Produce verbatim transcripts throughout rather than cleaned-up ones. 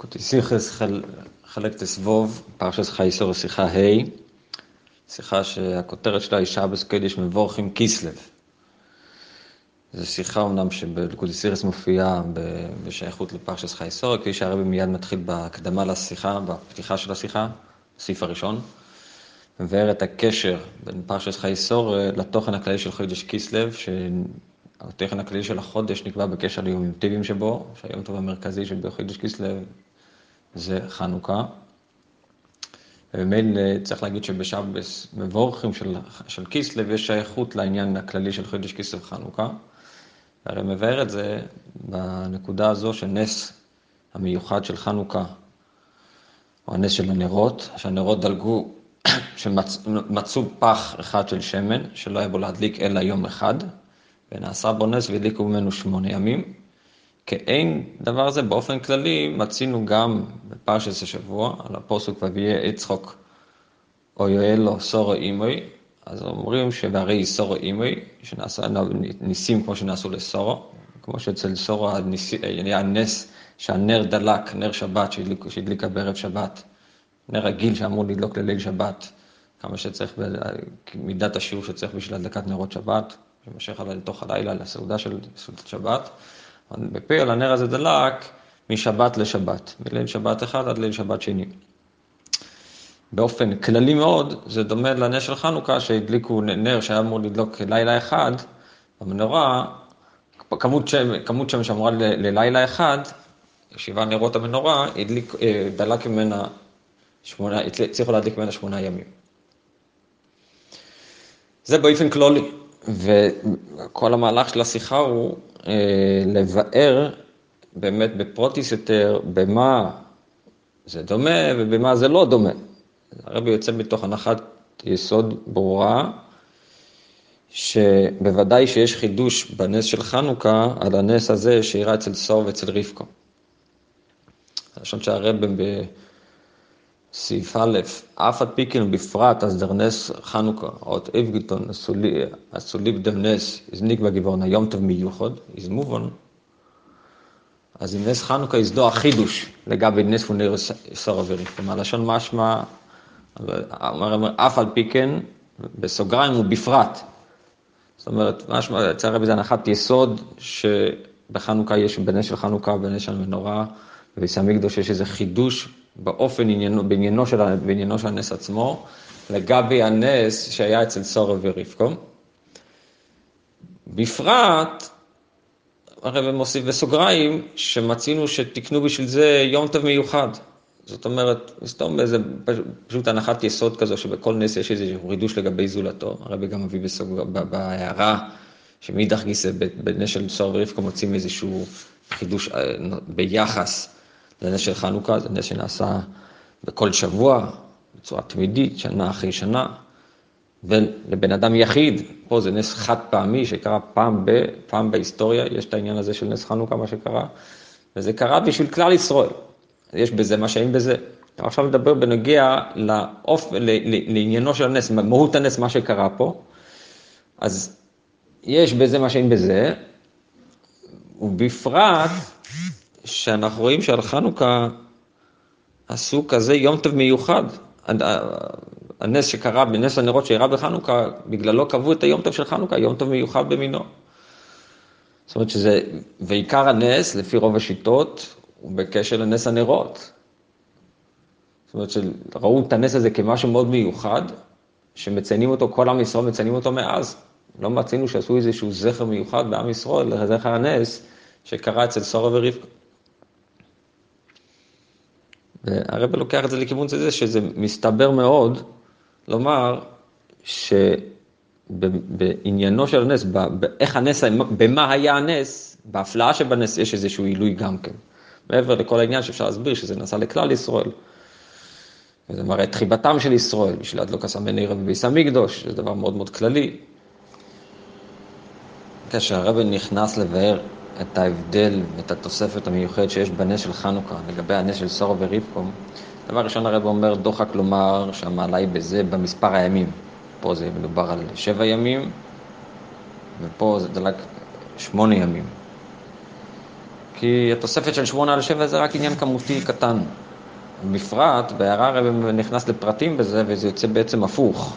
קוטיסיכס חלק תסבוב, פרשס חייסור שיחה ה', שיחה שהכותרת שלה היא שבס קודש מבורכים כיסלב. זו שיחה אמנם שבקוטיסיכס מופיעה בשייכות לפרשס חייסור, כפי שהרבי מיד מתחיל בהקדמה לשיחה, בפתיחה של השיחה, בסעיף הראשון, מבאר את הקשר בין פרשס חייסור לתוכן הכללי של חודש כיסלב, שהתוכן הכללי של החודש נקבע בקשר ליומים טבעים שבו, שהיום טוב המרכזי שבחודש כיסלב זה חנוכה. ובמיל צריך להגיד שבשבס מבורכים של, של כיסלב יש שייכות לעניין הכללי של חודש כיסלב חנוכה. והרי מבאר את זה בנקודה הזו שנס המיוחד של חנוכה, או הנס של הנרות, שהנרות דלגו, שמצאו פח אחד של שמן, שלא היה בו להדליק אלא יום אחד, ונעשה בו נס והדליקו ממנו שמונה ימים. כאין דבר הזה באופן כללי מצינו גם בפרשת השבוע על הפסוק ויהיה יצחק או יואל לו סורו אימוי, אז אומרים שהרי סורו אימוי שנעשה ניסים כמו שנעשו לסורו, כמו שאצל סורו היה נס שהנר דלק, נר שבת שהדליק, שהדליקה בערב שבת, נר רגיל שאמור לדלוק לליל שבת, כמה שצריך במידת השיעור שצריך בשביל הדלקת נרות שבת, שמשך עליו לתוך הלילה לסעודה של סעודת שבת. בפה על הנר הזה דלק משבת לשבת, מליל שבת אחד עד ליל שבת שני. באופן כללי מאוד, זה דומה לנר של חנוכה, שהדליקו נר שהיה אמור לדלוק לילה אחד, במנורה, כמות שם, כמות שם שאמורה ללילה אחד, שבעה נרות המנורה, הדליק, דלק ממנה שמונה, צריכו להדליק ממנה שמונה ימים. זה באופן כללי, וכל המהלך של השיחה הוא לבאר באמת בפרוטיס יותר במה זה דומה ובמה זה לא דומה. הרבי יוצא מתוך הנחת יסוד ברורה, שבוודאי שיש חידוש בנס של חנוכה על הנס הזה שאירע אצל סור ואצל רבקה. הראשון שהרבי בסעיף א', אף על פי כן ובפרט אז דר נס חנוכה, עוד אבגיטון, הסוליב דם נס, הזניק בגבעון היום טוב מיוחד, is move on. אז עם נס חנוכה יזדו החידוש לגבי נס ונר סור ורבקה. מהלשון משמע, אף על פי כן, בסוגריים ובפרט. זאת אומרת, משמע, אצל הרבי זה הנחת יסוד שבחנוכה יש, בנס של חנוכה, בנס של מנורה, ובביס המקדוש יש איזה חידוש באופן עניינו, בעניינו של, בעניינו של הנס עצמו, לגבי הנס שהיה אצל סור ורבקה. בפרט, הרב מוסיף בסוגריים, שמצינו שתקנו בשביל זה יום טוב מיוחד. זאת אומרת, מסתום באיזה פשוט הנחת יסוד כזו, שבכל נס יש איזה חידוש לגבי זולתו. הרב גם מביא בסוג... בהערה, שמאידך גיסא בנס של סור ורבקה מוצאים איזשהו חידוש ביחס לנס של חנוכה, זה נס שנעשה בכל שבוע, בצורה תמידית, שנה אחרי שנה, ולבן אדם יחיד, פה זה נס חד פעמי, שקרה פעם, ב, פעם בהיסטוריה, יש את העניין הזה של נס חנוכה, מה שקרה, וזה קרה בשביל כלל ישראל, יש בזה מה שאין בזה. עכשיו נדבר בנוגע לאופ, ל, ל, לעניינו של הנס, מהות הנס, מה שקרה פה, אז יש בזה מה שאין בזה, ובפרט, שאנחנו רואים שעל חנוכה עשו כזה יום טוב מיוחד. הנס שקרה, בנס הנרות שאירע בחנוכה, בגללו קבעו את היום טוב של חנוכה, יום טוב מיוחד במינו. זאת אומרת שזה, ועיקר הנס, לפי רוב השיטות, הוא בקשר לנס הנרות. זאת אומרת שראו את הנס הזה כמשהו מאוד מיוחד, שמציינים אותו, כל עם ישראל מציינים אותו מאז. לא מצינו שעשו איזשהו זכר מיוחד בעם ישראל, לזכר הנס שקרה אצל סור ורבקה. והרב לוקח את זה לכיוון זה, שזה מסתבר מאוד לומר שבעניינו של הנס, באיך הנס, במה היה הנס, בהפלאה שבנס יש איזשהו עילוי גם כן. מעבר לכל העניין שאפשר להסביר שזה נעשה לכלל ישראל. וזה מראה את חיבתם של ישראל, בשביל להדלוק הסמני רב בביס המקדוש, זה דבר מאוד מאוד כללי. כשהרב נכנס לבאר את ההבדל ואת התוספת המיוחדת שיש בנס של חנוכה, לגבי הנס של סור ורבקה, דבר ראשון הרב אומר דוחק לומר שהמעלה היא בזה במספר הימים. פה זה מדובר על שבע ימים, ופה זה דלק שמונה ימים. כי כי התוספת של שמונה על שבע זה רק עניין כמותי קטן. בפרט, בהערה הרב נכנס לפרטים בזה, וזה יוצא בעצם הפוך.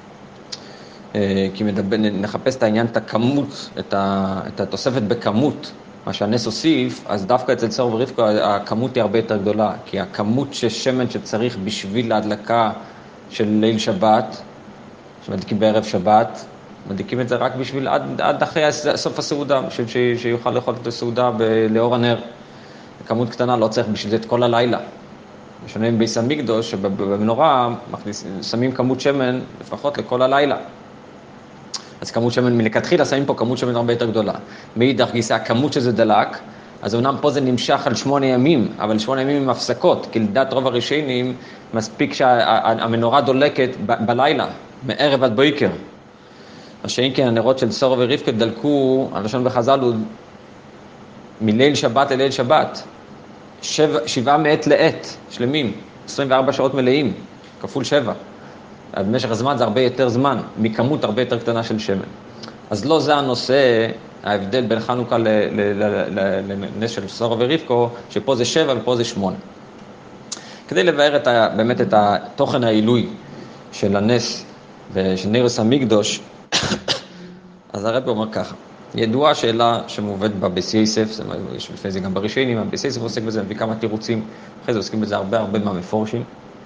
כי מדבר, נחפש את העניין, את הכמות, את, ה, את התוספת בכמות, מה שהנס הוסיף, אז דווקא אצל צור ורבקו הכמות היא הרבה יותר גדולה, כי הכמות של שמן שצריך בשביל ההדלקה של ליל שבת, שמדליקים בערב שבת, מדליקים את זה רק בשביל עד, עד אחרי סוף הסעודה, בשביל ש, שיוכל לאכול את הסעודה ב, לאור הנר. כמות קטנה לא צריך בשביל זה את כל הלילה. בשונה עם ביס המקדוש, שבמנורה שמים כמות שמן לפחות לכל הלילה. אז כמות שמן מלכתחילה שמים פה כמות שמן הרבה יותר גדולה. מאידך גיסא, הכמות שזה דלק, אז אומנם פה זה נמשך על שמונה ימים, אבל שמונה ימים עם הפסקות, כי לדעת רוב הראשונים מספיק שהמנורה דולקת ב- בלילה, מערב עד בויקר. מה שאם כן, הנרות של צור ורבקה דלקו, הלשון בחז"ל הוא מליל שבת לליל שבת, שבע, שבעה מעת לעת, שלמים, עשרים וארבע שעות מלאים, כפול שבע. במשך הזמן זה הרבה יותר זמן, מכמות הרבה יותר קטנה של שמן. אז לא זה הנושא, ההבדל בין חנוכה לנס של צור ורבקה, שפה זה שבע ופה זה שמונה. כדי לבאר את ה, באמת את התוכן העילוי של הנס ושל נירוס המקדוש, אז הרב אומר ככה, ידועה שאלה שמובאת בה בבייס יוסף, יש לפני זה גם בראשונים, הבייס יוסף עוסק בזה, מביא כמה תירוצים, אחרי זה עוסקים בזה הרבה הרבה מהמפורשים.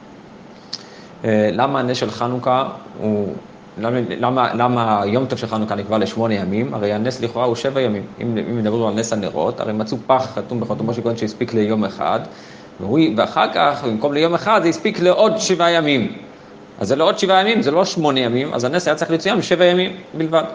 למה הנס של חנוכה הוא, למה, למה, למה יום טוב של חנוכה נקבע לשמונה ימים? הרי הנס לכאורה הוא שבע ימים. אם, אם מדברים על נס הנרות, הרי מצאו פח חתום בחתומו של כהן שהספיק ליום אחד, והוא, ואחר כך, במקום ליום אחד, זה הספיק לעוד שבעה ימים. אז זה לא עוד שבעה ימים, זה לא שמונה ימים, אז הנס היה צריך לצוין שבע ימים בלבד.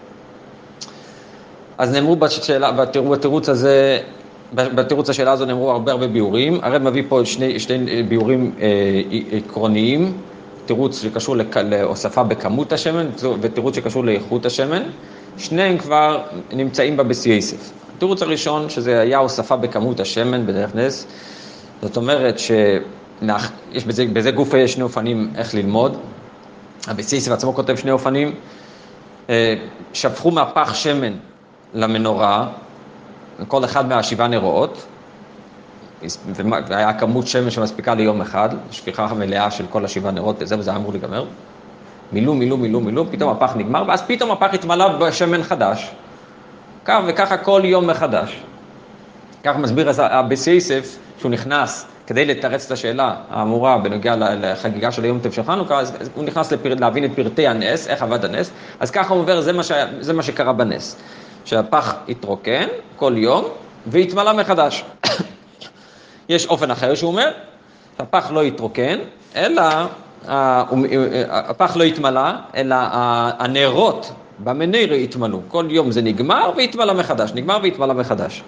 אז נאמרו בשאלה, בתירוץ הזה, בתירוץ השאלה הזו נאמרו הרבה הרבה ביורים. הרב מביא פה שני, שני ביורים אה, עקרוניים, תירוץ שקשור להוספה בכמות השמן ותירוץ שקשור לאיכות השמן. שניהם כבר נמצאים בבייס יוסף. התירוץ הראשון שזה היה הוספה בכמות השמן בדרך נס, זאת אומרת שיש בזה, בזה גוף יש שני אופנים איך ללמוד. הבייס יוסף עצמו כותב שני אופנים, אה, שפכו מהפח שמן למנורה, כל אחד מהשבעה נרות, והיה כמות שמן שמספיקה ליום אחד, שפיכה מלאה של כל השבעה נרות, וזה וזה אמור להיגמר. מילאו, מילאו, מילאו, מילאו, פתאום הפח נגמר, ואז פתאום הפח התמלא בשמן חדש. כך וככה כל יום מחדש. כך מסביר הבייס יוסף, שהוא נכנס כדי לתרץ את השאלה האמורה בנוגע לחגיגה של היום טוב של חנוכה, אז הוא נכנס לפר... להבין את פרטי הנס, איך עבד הנס, אז ככה הוא אומר, זה מה, ש... זה מה שקרה בנס. שהפח יתרוקן כל יום והתמלא מחדש. יש אופן אחר שהוא אומר, הפח לא יתרוקן, אלא, הפח לא יתמלא, אלא הנרות במנורה יתמלאו. כל יום זה נגמר והתמלא מחדש, נגמר והתמלא מחדש.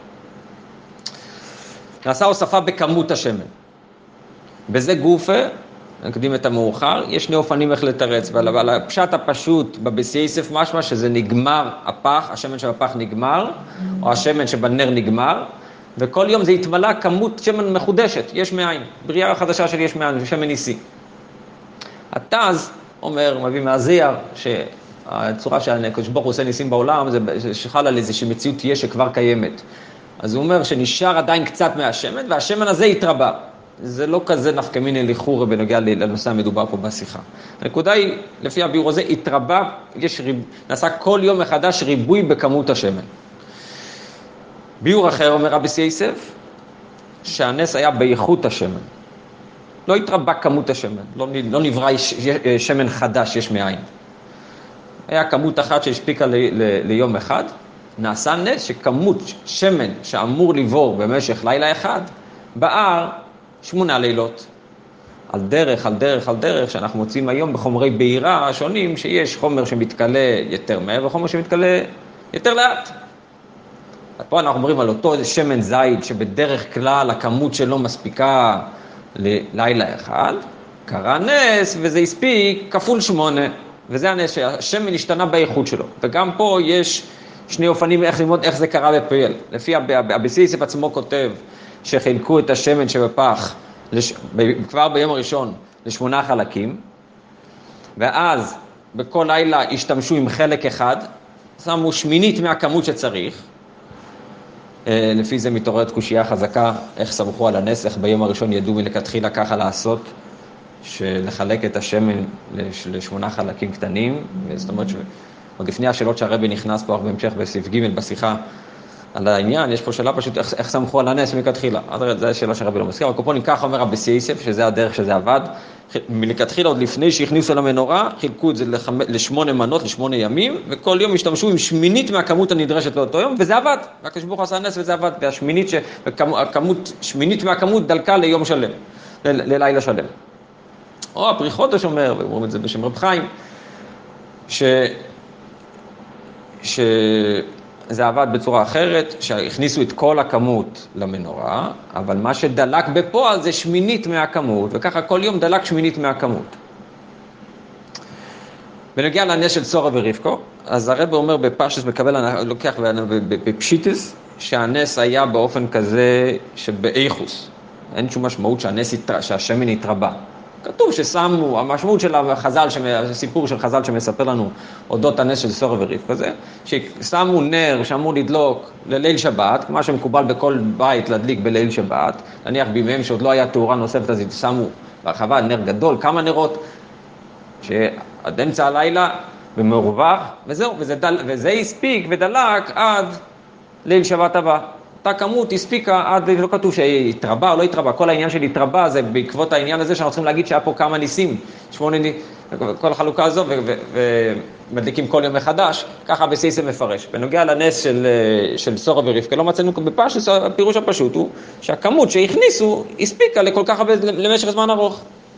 נעשה הוספה בכמות השמן. בזה גופה, נקדים את המאוחר, יש שני אופנים איך לתרץ, אבל הפשט הפשוט בבייס יוסף משמע שזה נגמר הפח, השמן שבפח נגמר, או השמן שבנר נגמר, וכל יום זה יתמלא כמות שמן מחודשת, יש מאין, בריאה החדשה של יש מאין, שמן ניסי. התז אומר, מביא מהזייר, שהצורה שהקדוש ברוך הוא עושה ניסים בעולם, זה שחל על איזושהי מציאות תהיה שכבר קיימת. אז הוא אומר שנשאר עדיין קצת מהשמן, והשמן הזה יתרבה. זה לא כזה נפקא מינה לכאורה בנוגע לנושא המדובר פה בשיחה. הנקודה היא, לפי הביאור הזה, התרבה, יש ריב, נעשה כל יום מחדש ריבוי בכמות השמן. ביאור אחר אומר הבייס יוסף, שהנס היה באיכות השמן. לא התרבה כמות השמן, לא, לא נברא שמן חדש יש מאין. היה כמות אחת שהשפיקה ל, ל, ליום אחד, נעשה נס שכמות שמן שאמור לבור במשך לילה אחד, בער שמונה לילות. על דרך, על דרך, על דרך, שאנחנו מוצאים היום בחומרי בעירה השונים, שיש חומר שמתקלה יותר מהר וחומר שמתקלה יותר לאט. פה אנחנו אומרים על אותו שמן זית שבדרך כלל הכמות שלו מספיקה ללילה אחד, קרה נס וזה הספיק כפול שמונה, וזה הנס שהשמן השתנה באיכות שלו. וגם פה יש שני אופנים איך ללמוד איך זה קרה בפועל. לפי הבייס יוסף עצמו כותב שחילקו את השמן שבפח לש... כבר ביום הראשון לשמונה חלקים, ואז בכל לילה השתמשו עם חלק אחד, שמו שמינית מהכמות שצריך, לפי זה מתעוררת קושייה חזקה, איך סמכו על הנס, איך ביום הראשון ידעו מלכתחילה ככה לעשות, שלחלק את השמן לשמונה חלקים קטנים, זאת אומרת שעוד לפני השאלות שהרבי נכנס פה בהמשך בסעיף ג' בשיחה על העניין, יש פה שאלה פשוט איך, איך סמכו על הנס מלכתחילה. זו השאלה שהרבי לא מזכיר, הקופונים ככה אומר רבי סייסף, שזה הדרך שזה עבד, מלכתחילה עוד לפני שהכניסו למנורה, חילקו את זה לחמ... לשמונה מנות, לשמונה ימים, וכל יום השתמשו עם שמינית מהכמות הנדרשת לאותו יום, וזה עבד. הקדוש ברוך הוא עשה נס וזה עבד, והשמינית, ש... הכמות, שמינית מהכמות דלקה ליום שלם, ל... ללילה שלם. או הפריחודש אומר, ואומרים את זה בשם רב חיים, ש... ש... זה עבד בצורה אחרת, שהכניסו את כל הכמות למנורה, אבל מה שדלק בפועל זה שמינית מהכמות, וככה כל יום דלק שמינית מהכמות. ונגיע לנס של סורה ורבקו, אז הרב אומר בפשטס, מקבל, לוקח בפשיטס, שהנס היה באופן כזה שבאיכוס. אין שום משמעות שהנס, שהשמן יתרבה. כתוב ששמו, המשמעות של החז"ל, הסיפור של חז"ל שמספר לנו אודות הנס של סורה ורבקה זה, ששמו נר שאמור לדלוק לליל שבת, כמו שמקובל בכל בית להדליק בליל שבת, נניח בימיהם שעוד לא היה תאורה נוספת, אז שמו ברחבה נר גדול, כמה נרות, שעד אמצע הלילה במרווח, וזהו, וזה, דל, וזה הספיק ודלק עד ליל שבת הבא. אותה כמות הספיקה עד, לא כתוב שהתרבה או לא התרבה, כל העניין של התרבה זה בעקבות העניין הזה שאנחנו צריכים להגיד שהיה פה כמה ניסים, שמונה, כל החלוקה הזו, ומדליקים כל יום מחדש, ככה בסייסם מפרש. בנוגע לנס של, של סורה ורבקה, לא מצאנו בפשט, הפירוש הפשוט הוא שהכמות שהכניסו הספיקה לכל כך הרבה, למשך זמן ארוך.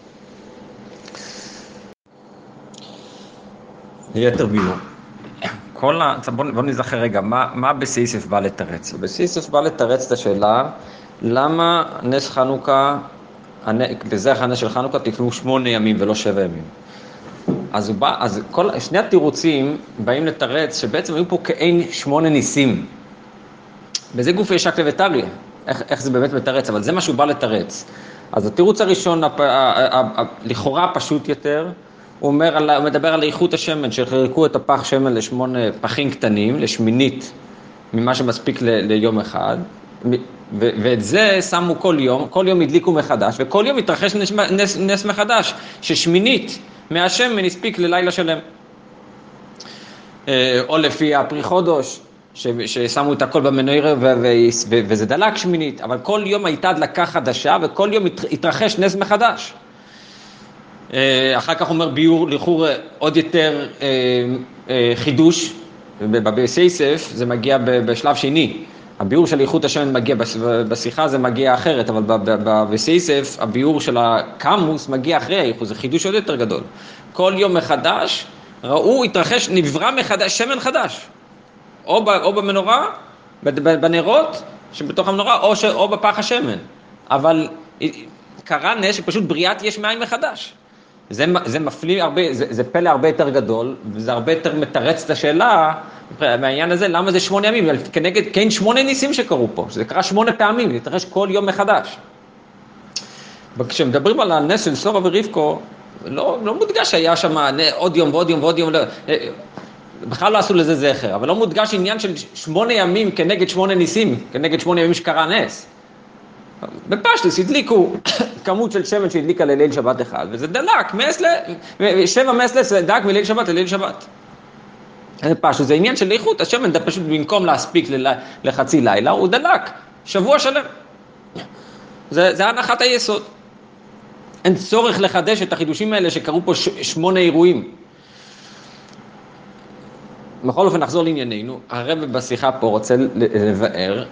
ליתר ביור. כל ה... בוא, בוא נזכר רגע, מה, מה בסייסף בא לתרץ? בסייסף בא לתרץ את השאלה, למה נס חנוכה, בזרח הנס של חנוכה, תקנו שמונה ימים ולא שבע ימים. אז, הוא בא, אז כל, שני התירוצים באים לתרץ, שבעצם היו פה כאין שמונה ניסים. בזה גוף ישק לויטריה, איך, איך זה באמת מתרץ, אבל זה מה שהוא בא לתרץ. אז התירוץ הראשון, הפ, לכאורה פשוט יותר, הוא, אומר על, הוא מדבר על איכות השמן, שחילקו את הפח שמן לשמונה פחים קטנים, לשמינית, ממה שמספיק ל, ליום אחד, ו, ואת זה שמו כל יום, כל יום הדליקו מחדש, וכל יום התרחש נס, נס, נס מחדש, ששמינית מהשמן הספיק ללילה שלם. או לפי הפריחודש, ש, ששמו את הכל במנורה, ו, ו, ו, וזה דלק שמינית, אבל כל יום הייתה דלקה חדשה, וכל יום התרחש נס מחדש. אחר כך אומר ביור לחור עוד יותר חידוש, בסייסף זה מגיע בשלב שני, הביור של איכות השמן מגיע, בשיחה זה מגיע אחרת, אבל בסייסף הביור של הקמוס מגיע אחרי האיכות, זה חידוש עוד יותר גדול. כל יום מחדש ראו, התרחש, נברא מחדש, שמן חדש, או, או במנורה, בנרות שבתוך המנורה, או, ש, או בפח השמן, אבל קרה נס שפשוט בריאת יש מים מחדש. זה, זה מפליא הרבה, זה, זה פלא הרבה יותר גדול, וזה הרבה יותר מתרץ את השאלה, מהעניין הזה, למה זה שמונה ימים, כנגד, כן שמונה ניסים שקרו פה, שזה קרה שמונה פעמים, זה התרחש כל יום מחדש. וכשמדברים על הנס של סורה ורבקו, לא, לא מודגש שהיה שם עוד יום ועוד יום ועוד יום, בכלל לא עשו לזה זכר, אבל לא מודגש עניין של שמונה ימים כנגד שמונה ניסים, כנגד שמונה ימים שקרה נס. בפשטוס הדליקו כמות של שמן שהדליקה לליל שבת אחד, וזה דלק, מסלה, שבע מסלס דלק מליל שבת לליל שבת. זה פשטוס, זה עניין של איכות, השמן זה פשוט במקום להספיק לחצי לילה, הוא דלק, שבוע שלם. זה, זה הנחת היסוד. אין צורך לחדש את החידושים האלה שקרו פה ש, שמונה אירועים. בכל אופן נחזור לענייננו, הרב בשיחה פה רוצה לבאר,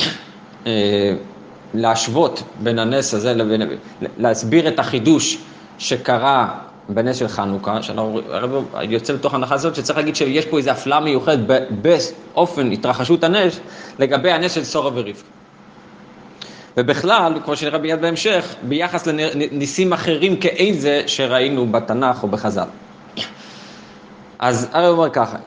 להשוות בין הנס הזה, לבין, להסביר את החידוש שקרה בנס של חנוכה, שהרב יוצא לתוך הנחה הזאת שצריך להגיד שיש פה איזו הפלאה מיוחדת באופן התרחשות הנס לגבי הנס של סורה ורבקה. ובכלל, כמו שנראה ביד בהמשך, ביחס לניסים אחרים כאין זה שראינו בתנ"ך או בחז"ל. אז הרב אומר ככה,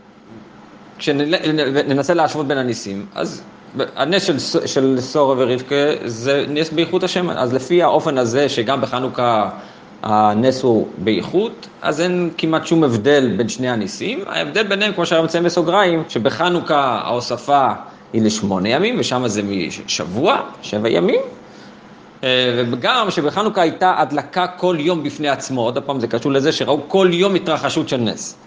כשננסה להשוות בין הניסים, אז הנס של, של סורה ורבקה זה נס באיכות השמן, אז לפי האופן הזה שגם בחנוכה הנס הוא באיכות, אז אין כמעט שום הבדל בין שני הניסים. ההבדל ביניהם, כמו שהרב מציין בסוגריים, שבחנוכה ההוספה היא לשמונה ימים, ושם זה משבוע, שבע ימים, וגם שבחנוכה הייתה הדלקה כל יום בפני עצמו, עוד הפעם זה קשור לזה שראו כל יום התרחשות של נס.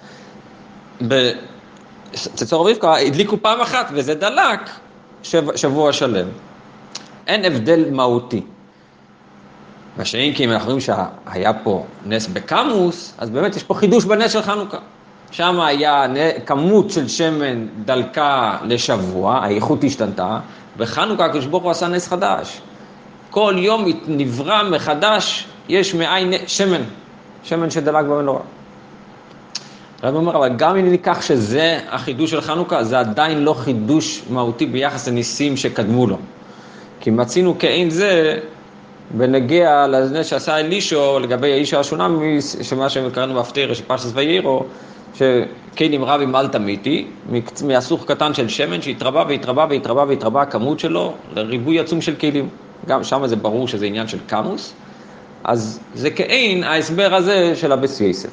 בצצור רבקה הדליקו פעם אחת, וזה דלק שבוע שלם. אין הבדל מהותי. ושאין כי אם אנחנו רואים שהיה פה נס בקמוס, אז באמת יש פה חידוש בנס של חנוכה. שם היה כמות של שמן דלקה לשבוע, האיכות השתנתה, וחנוכה הקדוש ברוך הוא עשה נס חדש. כל יום נברא מחדש, יש מאין שמן, שמן שדלק במנורה. הרב אומר, אבל גם אם ניקח שזה החידוש של חנוכה, זה עדיין לא חידוש מהותי ביחס לניסים שקדמו לו. כי מצינו כאין זה, בנגיע לנס שעשה אלישו, לגבי האיש השונמי, שמה שקראנו בהפטר, שפרשת ויירו, שכלים רבים אל תמיתי, מהסוך קטן של שמן שהתרבה והתרבה והתרבה והתרבה הכמות שלו, לריבוי עצום של כלים. גם שם זה ברור שזה עניין של קמוס, אז זה כאין ההסבר הזה של הבס יסף.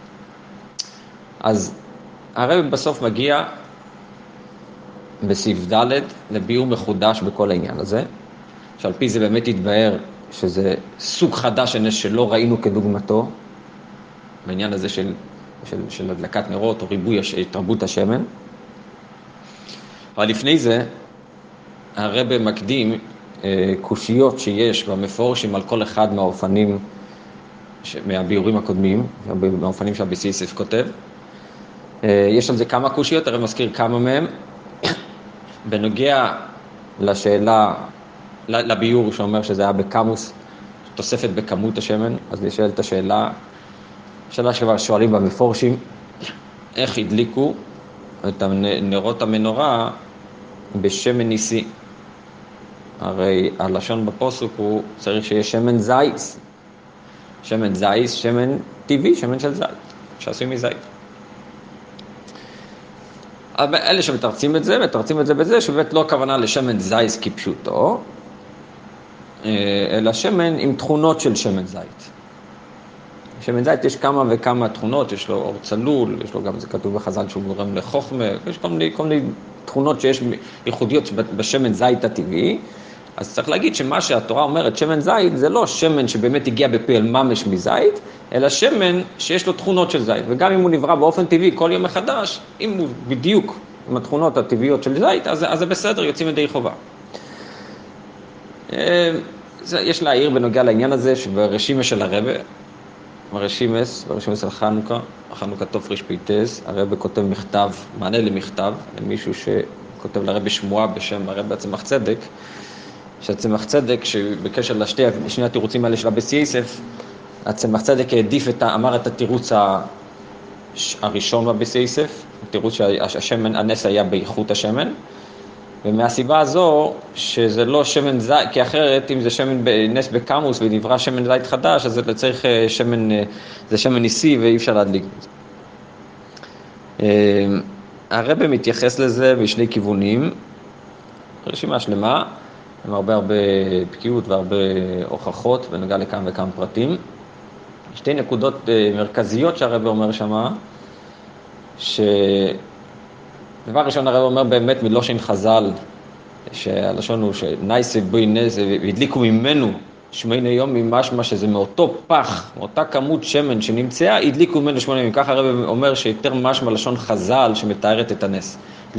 אז הרב בסוף מגיע בסעיף ד' לביאור מחודש בכל העניין הזה, שעל פי זה באמת יתבהר שזה סוג חדש של נס שלא ראינו כדוגמתו, בעניין הזה של, של, של הדלקת נרות או ריבוי תרבות השמן. אבל לפני זה, הרב מקדים אה, קושיות שיש במפורשים על כל אחד מהאופנים, מהביאורים הקודמים, מהאופנים שהבס יסף כותב. אה, יש על זה כמה קושיות, הרב מזכיר כמה מהם. בנוגע לשאלה, לביאור שאומר שזה היה בקמוס, תוספת בכמות השמן, אז נשאל את השאלה, שאלה שכבר שואלים במפורשים, איך הדליקו את נרות המנורה בשמן ניסי? הרי הלשון בפוסוק הוא צריך שיהיה שמן זייס, שמן זייס, שמן טבעי, שמן של זית, שעשוי מזית. אלה שמתרצים את זה, מתרצים את זה בזה, שבאמת לא הכוונה לשמן זייס כפשוטו, אלא שמן עם תכונות של שמן זית. שמן זית יש כמה וכמה תכונות, יש לו אור צלול, יש לו גם, זה כתוב בחז"ל שהוא גורם לחוכמה, יש כל מיני, כל מיני תכונות שיש ייחודיות בשמן זית הטבעי, אז צריך להגיד שמה שהתורה אומרת, שמן זית, זה לא שמן שבאמת הגיע בפועל ממש מזית, אלא שמן שיש לו תכונות של זית, וגם אם הוא נברא באופן טבעי כל יום מחדש, אם הוא בדיוק עם התכונות הטבעיות של זית, אז, אז זה בסדר, יוצאים ידי חובה. יש להעיר בנוגע לעניין הזה, שברשימה של הרבה, ברשימס, ברשימס על חנוכה, חנוכה תוף רש פיטס, הרבה כותב מכתב, מענה למכתב, למישהו שכותב לרבה שמועה בשם הרבה צמח צדק, שהצמח צדק, שבקשר לשתי, לשני התירוצים האלה של הבס יסף, הצמח צדק העדיף את, אמר את התירוץ הראשון בבס יסף, התירוץ שהשמן, הנס היה באיכות השמן, ומהסיבה הזו, שזה לא שמן זית, כי אחרת, אם זה שמן נס בקמוס ונברא שמן זית חדש, אז זה צריך שמן, זה שמן ניסי ואי אפשר להדליק את זה. הרב מתייחס לזה בשני כיוונים, רשימה שלמה, עם הרבה הרבה בקיאות והרבה הוכחות, ונגע לכאן וכאן פרטים. שתי נקודות מרכזיות שהרב אומר שמה, ש... דבר ראשון הרב אומר באמת מלושן חז"ל, שהלשון הוא שנייסה בי נס, והדליקו ממנו שמונה יום ממשמע שזה מאותו פח, מאותה כמות שמן שנמצאה, הדליקו ממנו שמונה ימים. ככה הרב אומר שיותר משמע לשון חז"ל שמתארת את הנס.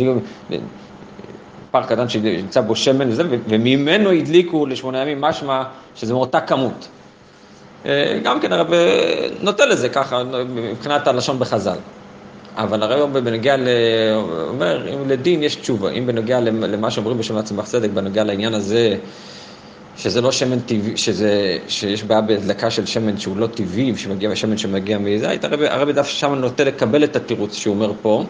פח קטן שנמצא בו שמן וזה, וממנו הדליקו לשמונה ימים משמע שזה מאותה כמות. גם כן הרב נוטה לזה ככה מבחינת הלשון בחז"ל. אבל הרב בנוגע ל... אומר, אם לדין יש תשובה, אם בנוגע למה שאומרים בשם צמח צדק, בנוגע לעניין הזה, שזה לא שמן טבעי, שזה, שיש בעיה בהדלקה של שמן שהוא לא טבעי, שמגיע בשמן שמגיע מזית, הרב, הרב דף שם נוטה לקבל את התירוץ שהוא אומר פה,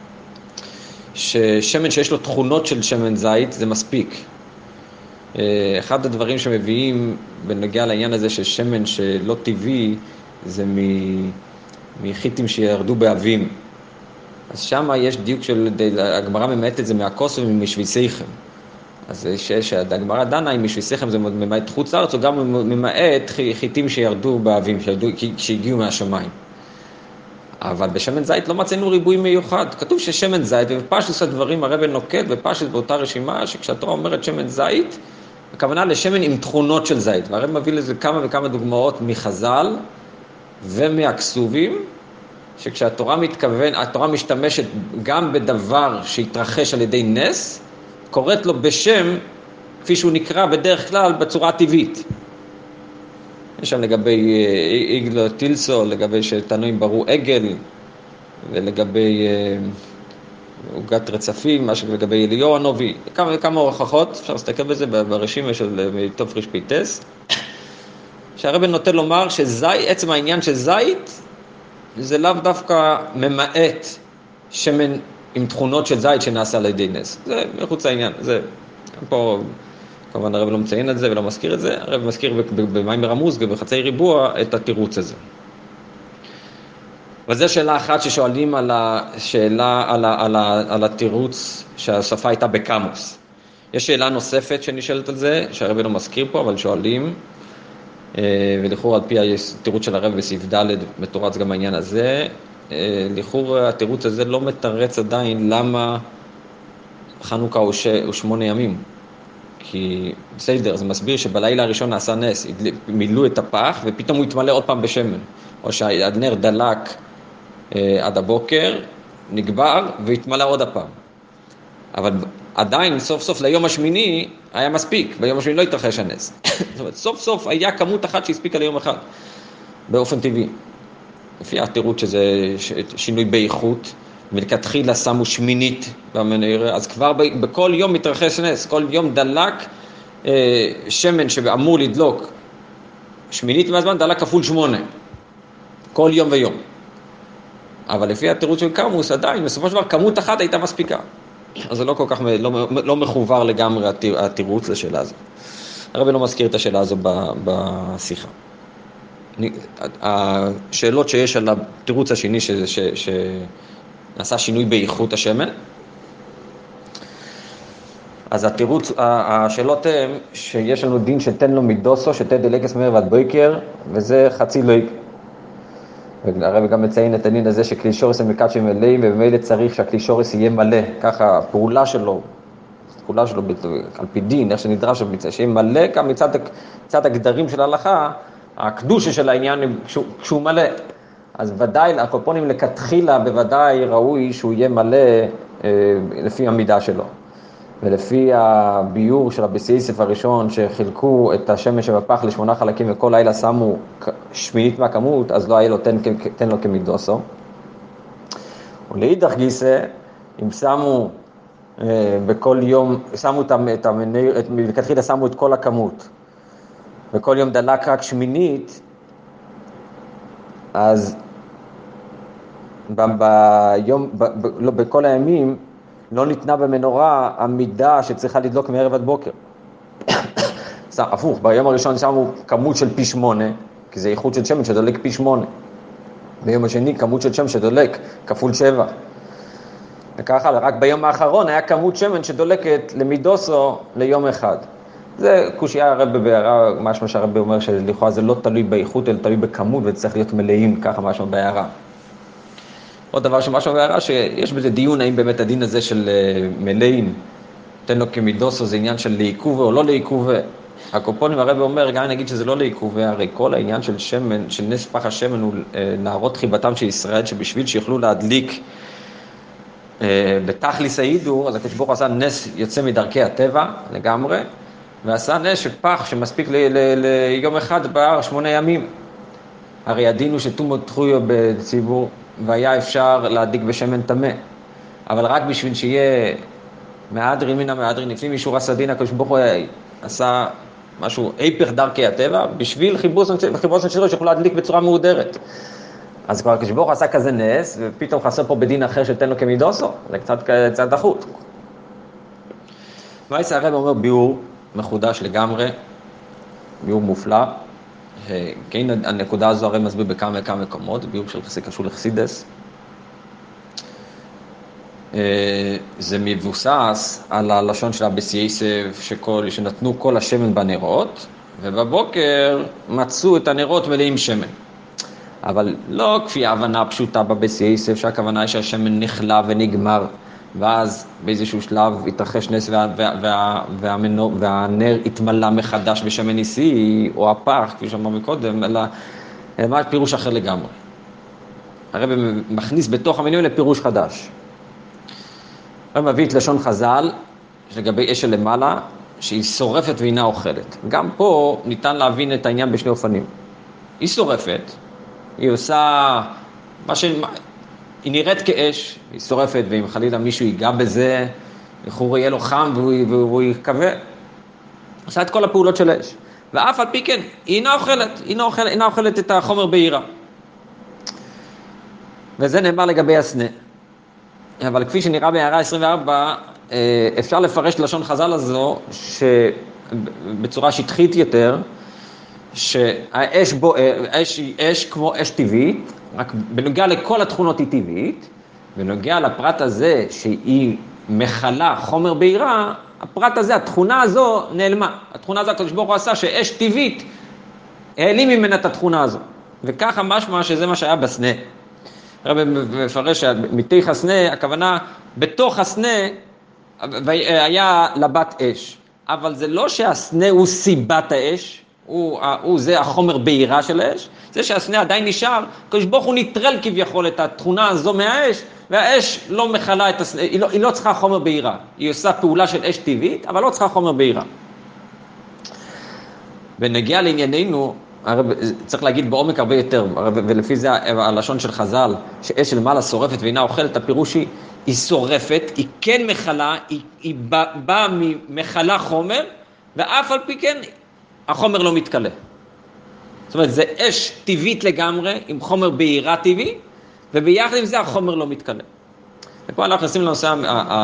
ששמן שיש לו תכונות של שמן זית, זה מספיק. אחד הדברים שמביאים בנוגע לעניין הזה של שמן שלא טבעי, זה מ... מחיטים שירדו באבים. אז שם יש דיוק של, הגמרא ממעט את זה מהכוס ומשוויסיכם. אז שהגמרא דנה אם משוויסיכם זה ממעט חוץ לארץ, או גם ממעט חיטים שירדו באבים, שהגיעו מהשמיים. אבל בשמן זית לא מצאנו ריבוי מיוחד. כתוב ששמן זית, ובפשטוס הדברים הרב נוקט, בפשטוס באותה רשימה, שכשהתורה אומרת שמן זית, הכוונה לשמן עם תכונות של זית. והרב מביא לזה כמה וכמה דוגמאות מחז"ל ומהכסובים, שכשהתורה מתכוון, התורה משתמשת גם בדבר שהתרחש על ידי נס, קוראת לו בשם, כפי שהוא נקרא בדרך כלל בצורה הטבעית. יש שם לגבי איגלו טילסו, לגבי שתנועים ברו עגל, ולגבי עוגת רצפים, משהו לגבי אליהו הנביא, כמה וכמה הוכחות, אפשר להסתכל בזה ברשימה של טוב ריש פיטס, שהרב נוטה לומר שזית, עצם העניין של זית, זה לאו דווקא ממעט שמן עם תכונות של זית שנעשה על ידי נס. זה מחוץ לעניין, זה פה, כמובן הרב לא מציין את זה ולא מזכיר את זה, הרב מזכיר במים רמוז ובחצי ריבוע את התירוץ הזה. וזו שאלה אחת ששואלים על השאלה, על, ה, על, ה, על התירוץ שהשפה הייתה בקמוס. יש שאלה נוספת שנשאלת על זה, שהרב לא מזכיר פה, אבל שואלים, ולכאורה על פי התירוץ של הרב בסעיף ד' מתורץ גם העניין הזה, לכאורה התירוץ הזה לא מתרץ עדיין למה חנוכה הוא, ש... הוא שמונה ימים. כי בסדר, זה מסביר שבלילה הראשון נעשה נס, מילאו את הפח ופתאום הוא התמלא עוד פעם בשמן. או שהנר דלק אה, עד הבוקר, נגבר והתמלא עוד הפעם. אבל עדיין סוף סוף ליום השמיני היה מספיק, ביום השמיני לא התרחש הנס. זאת אומרת, סוף סוף היה כמות אחת שהספיקה ליום אחד, באופן טבעי. לפי התירוץ שזה שינוי באיכות, ולכתחילה שמו שמינית במנהרה, אז כבר בכל יום מתרחש נס, כל יום דלק אה, שמן שאמור לדלוק, שמינית מהזמן דלק כפול שמונה, כל יום ויום. אבל לפי התירוץ של קמוס עדיין, בסופו של דבר כמות אחת הייתה מספיקה. אז זה לא כל כך, לא, לא מחובר לגמרי התירוץ לשאלה הזו. הרב לא מזכיר את השאלה הזו בשיחה. השאלות שיש על התירוץ השני ש, ש, שנעשה שינוי באיכות השמן, אז התירוץ, השאלות הן שיש לנו דין שתן לו מידוסו, שתן דלקס מערב עד בוקר, וזה חצי לויק. הרב גם מציין את הדין הזה שקלישורס הם מקדשי מלאים, ובמילא צריך שהקלישורס יהיה מלא, ככה הפעולה שלו, הפעולה שלו על פי דין, איך שנדרש, שיהיה מלא, גם מצד, מצד הגדרים של ההלכה, הקדושה של העניין כשהוא מלא. אז ודאי, הקופונים לכתחילה בוודאי ראוי שהוא יהיה מלא אה, לפי המידה שלו. ולפי הביור של הבסייסף הראשון שחילקו את השמש שבפח לשמונה חלקים וכל לילה שמו שמינית מהכמות, אז לא היה לו תן, תן לו כמידוסו. ולאידך גיסא, אם שמו אה, בכל יום, שמו אותם, את המנהר, את, לכתחילה שמו את כל הכמות, וכל יום דלק רק שמינית, אז ב, ביום, ב, ב, לא, בכל הימים לא ניתנה במנורה המידה שצריכה לדלוק מערב עד בוקר. הפוך, ביום הראשון שמו כמות של פי שמונה, כי זה איכות של שמן שדולק פי שמונה. ביום השני כמות של שמן שדולק כפול שבע. וככה, רק ביום האחרון היה כמות שמן שדולקת למידוסו ליום אחד. זה קושיה הרב בהערה, משהו שהרב אומר שלכאורה זה לא תלוי באיכות, אלא תלוי בכמות, וצריך להיות מלאים, ככה משהו בהערה. עוד דבר שמשהו בהערה, שיש בזה דיון, האם באמת הדין הזה של מלאים, תן לו כמידוסו, זה עניין של לעיכוב או לא לעיכוב. הקופונים הרב אומר, גם נגיד שזה לא לעיכוב, הרי כל העניין של שמן, של נס פח השמן, הוא נערות חיבתם של ישראל, שבשביל שיוכלו להדליק בתכליס ההידור, אז הקדוש ברוך הוא עשה נס יוצא מדרכי הטבע לגמרי, ועשה נס שפח שמספיק ליום אחד בער שמונה ימים. הרי הדין הוא שתומות תחויו בציבור, והיה אפשר להדליק בשמן טמא. אבל רק בשביל שיהיה מהדרין מן המהדרין, לפנים אישור הסדין, הקדוש ברוך הוא עשה משהו היפך דרכי הטבע, בשביל חיבוס שלו שיכולו להדליק בצורה מהודרת. אז כבר הקדוש ברוך הוא עשה כזה נס, ופתאום חסר פה בדין אחר שתן לו כמידוסו, זה קצת, קצת דחות. מייס הרב אומר ביאור מחודש לגמרי, ביאור מופלא, כן, הנקודה הזו הרי מסביר בכמה וכמה מקומות, ביאור של חסי קשור לחסידס. זה מבוסס על הלשון של הבסייסף, שכל, שנתנו כל השמן בנרות, ובבוקר מצאו את הנרות מלאים שמן. אבל לא כפי ההבנה הפשוטה בבייס יסף, שהכוונה היא שהשמן נחלה ונגמר, ואז באיזשהו שלב התרחש נס וה, וה, וה, והמנור, והנר התמלא מחדש בשמן ניסי, או הפח, כפי שאמרנו מקודם, אלא מה פירוש אחר לגמרי. הרב מכניס בתוך המילים לפירוש חדש. הרב מביא את לשון חז"ל, לגבי אש שלמעלה, שהיא שורפת ואינה אוכלת. גם פה ניתן להבין את העניין בשני אופנים. היא שורפת, היא עושה מה ש... היא נראית כאש, היא שורפת, ואם חלילה מישהו ייגע בזה, לכאורה יהיה לו חם והוא, והוא יקווה. עושה את כל הפעולות של אש. ואף על פי כן, היא אינה אוכלת, היא אינה אוכלת, אינה אוכלת את החומר בעירה. וזה נאמר לגבי הסנה. אבל כפי שנראה בהערה עשרים וארבע, אפשר לפרש לשון חז"ל הזו, שבצורה שטחית יותר, שהאש בו, אש היא אש כמו אש טבעית, רק בנוגע לכל התכונות היא טבעית, בנוגע לפרט הזה שהיא מחלה חומר בעירה, הפרט הזה, התכונה הזו נעלמה. התכונה הזו הקדוש ברוך הוא עשה שאש טבעית העלים ממנה את התכונה הזו. וככה משמע שזה מה שהיה בסנה. הרב מפרש שמתוך הסנה, הכוונה בתוך הסנה היה לבת אש. אבל זה לא שהסנה הוא סיבת האש, הוא, הוא זה החומר בעירה של האש, זה שהסנה עדיין נשאר, הקדוש ברוך הוא נטרל כביכול את התכונה הזו מהאש, והאש לא מחלה את הסנה, היא לא, היא לא צריכה חומר בעירה, היא עושה פעולה של אש טבעית, אבל לא צריכה חומר בעירה. ונגיע לענייננו, צריך להגיד בעומק הרבה יותר, ולפי זה הלשון של חז"ל, שאש של מעלה שורפת ואינה אוכלת, הפירוש היא, היא שורפת, היא כן מחלה, היא, היא באה ממחלה חומר, ואף על פי כן החומר לא מתקלה. זאת אומרת, זה אש טבעית לגמרי, עם חומר בעירה טבעי, וביחד עם זה החומר לא מתקלה. ופה אנחנו נשים לנושא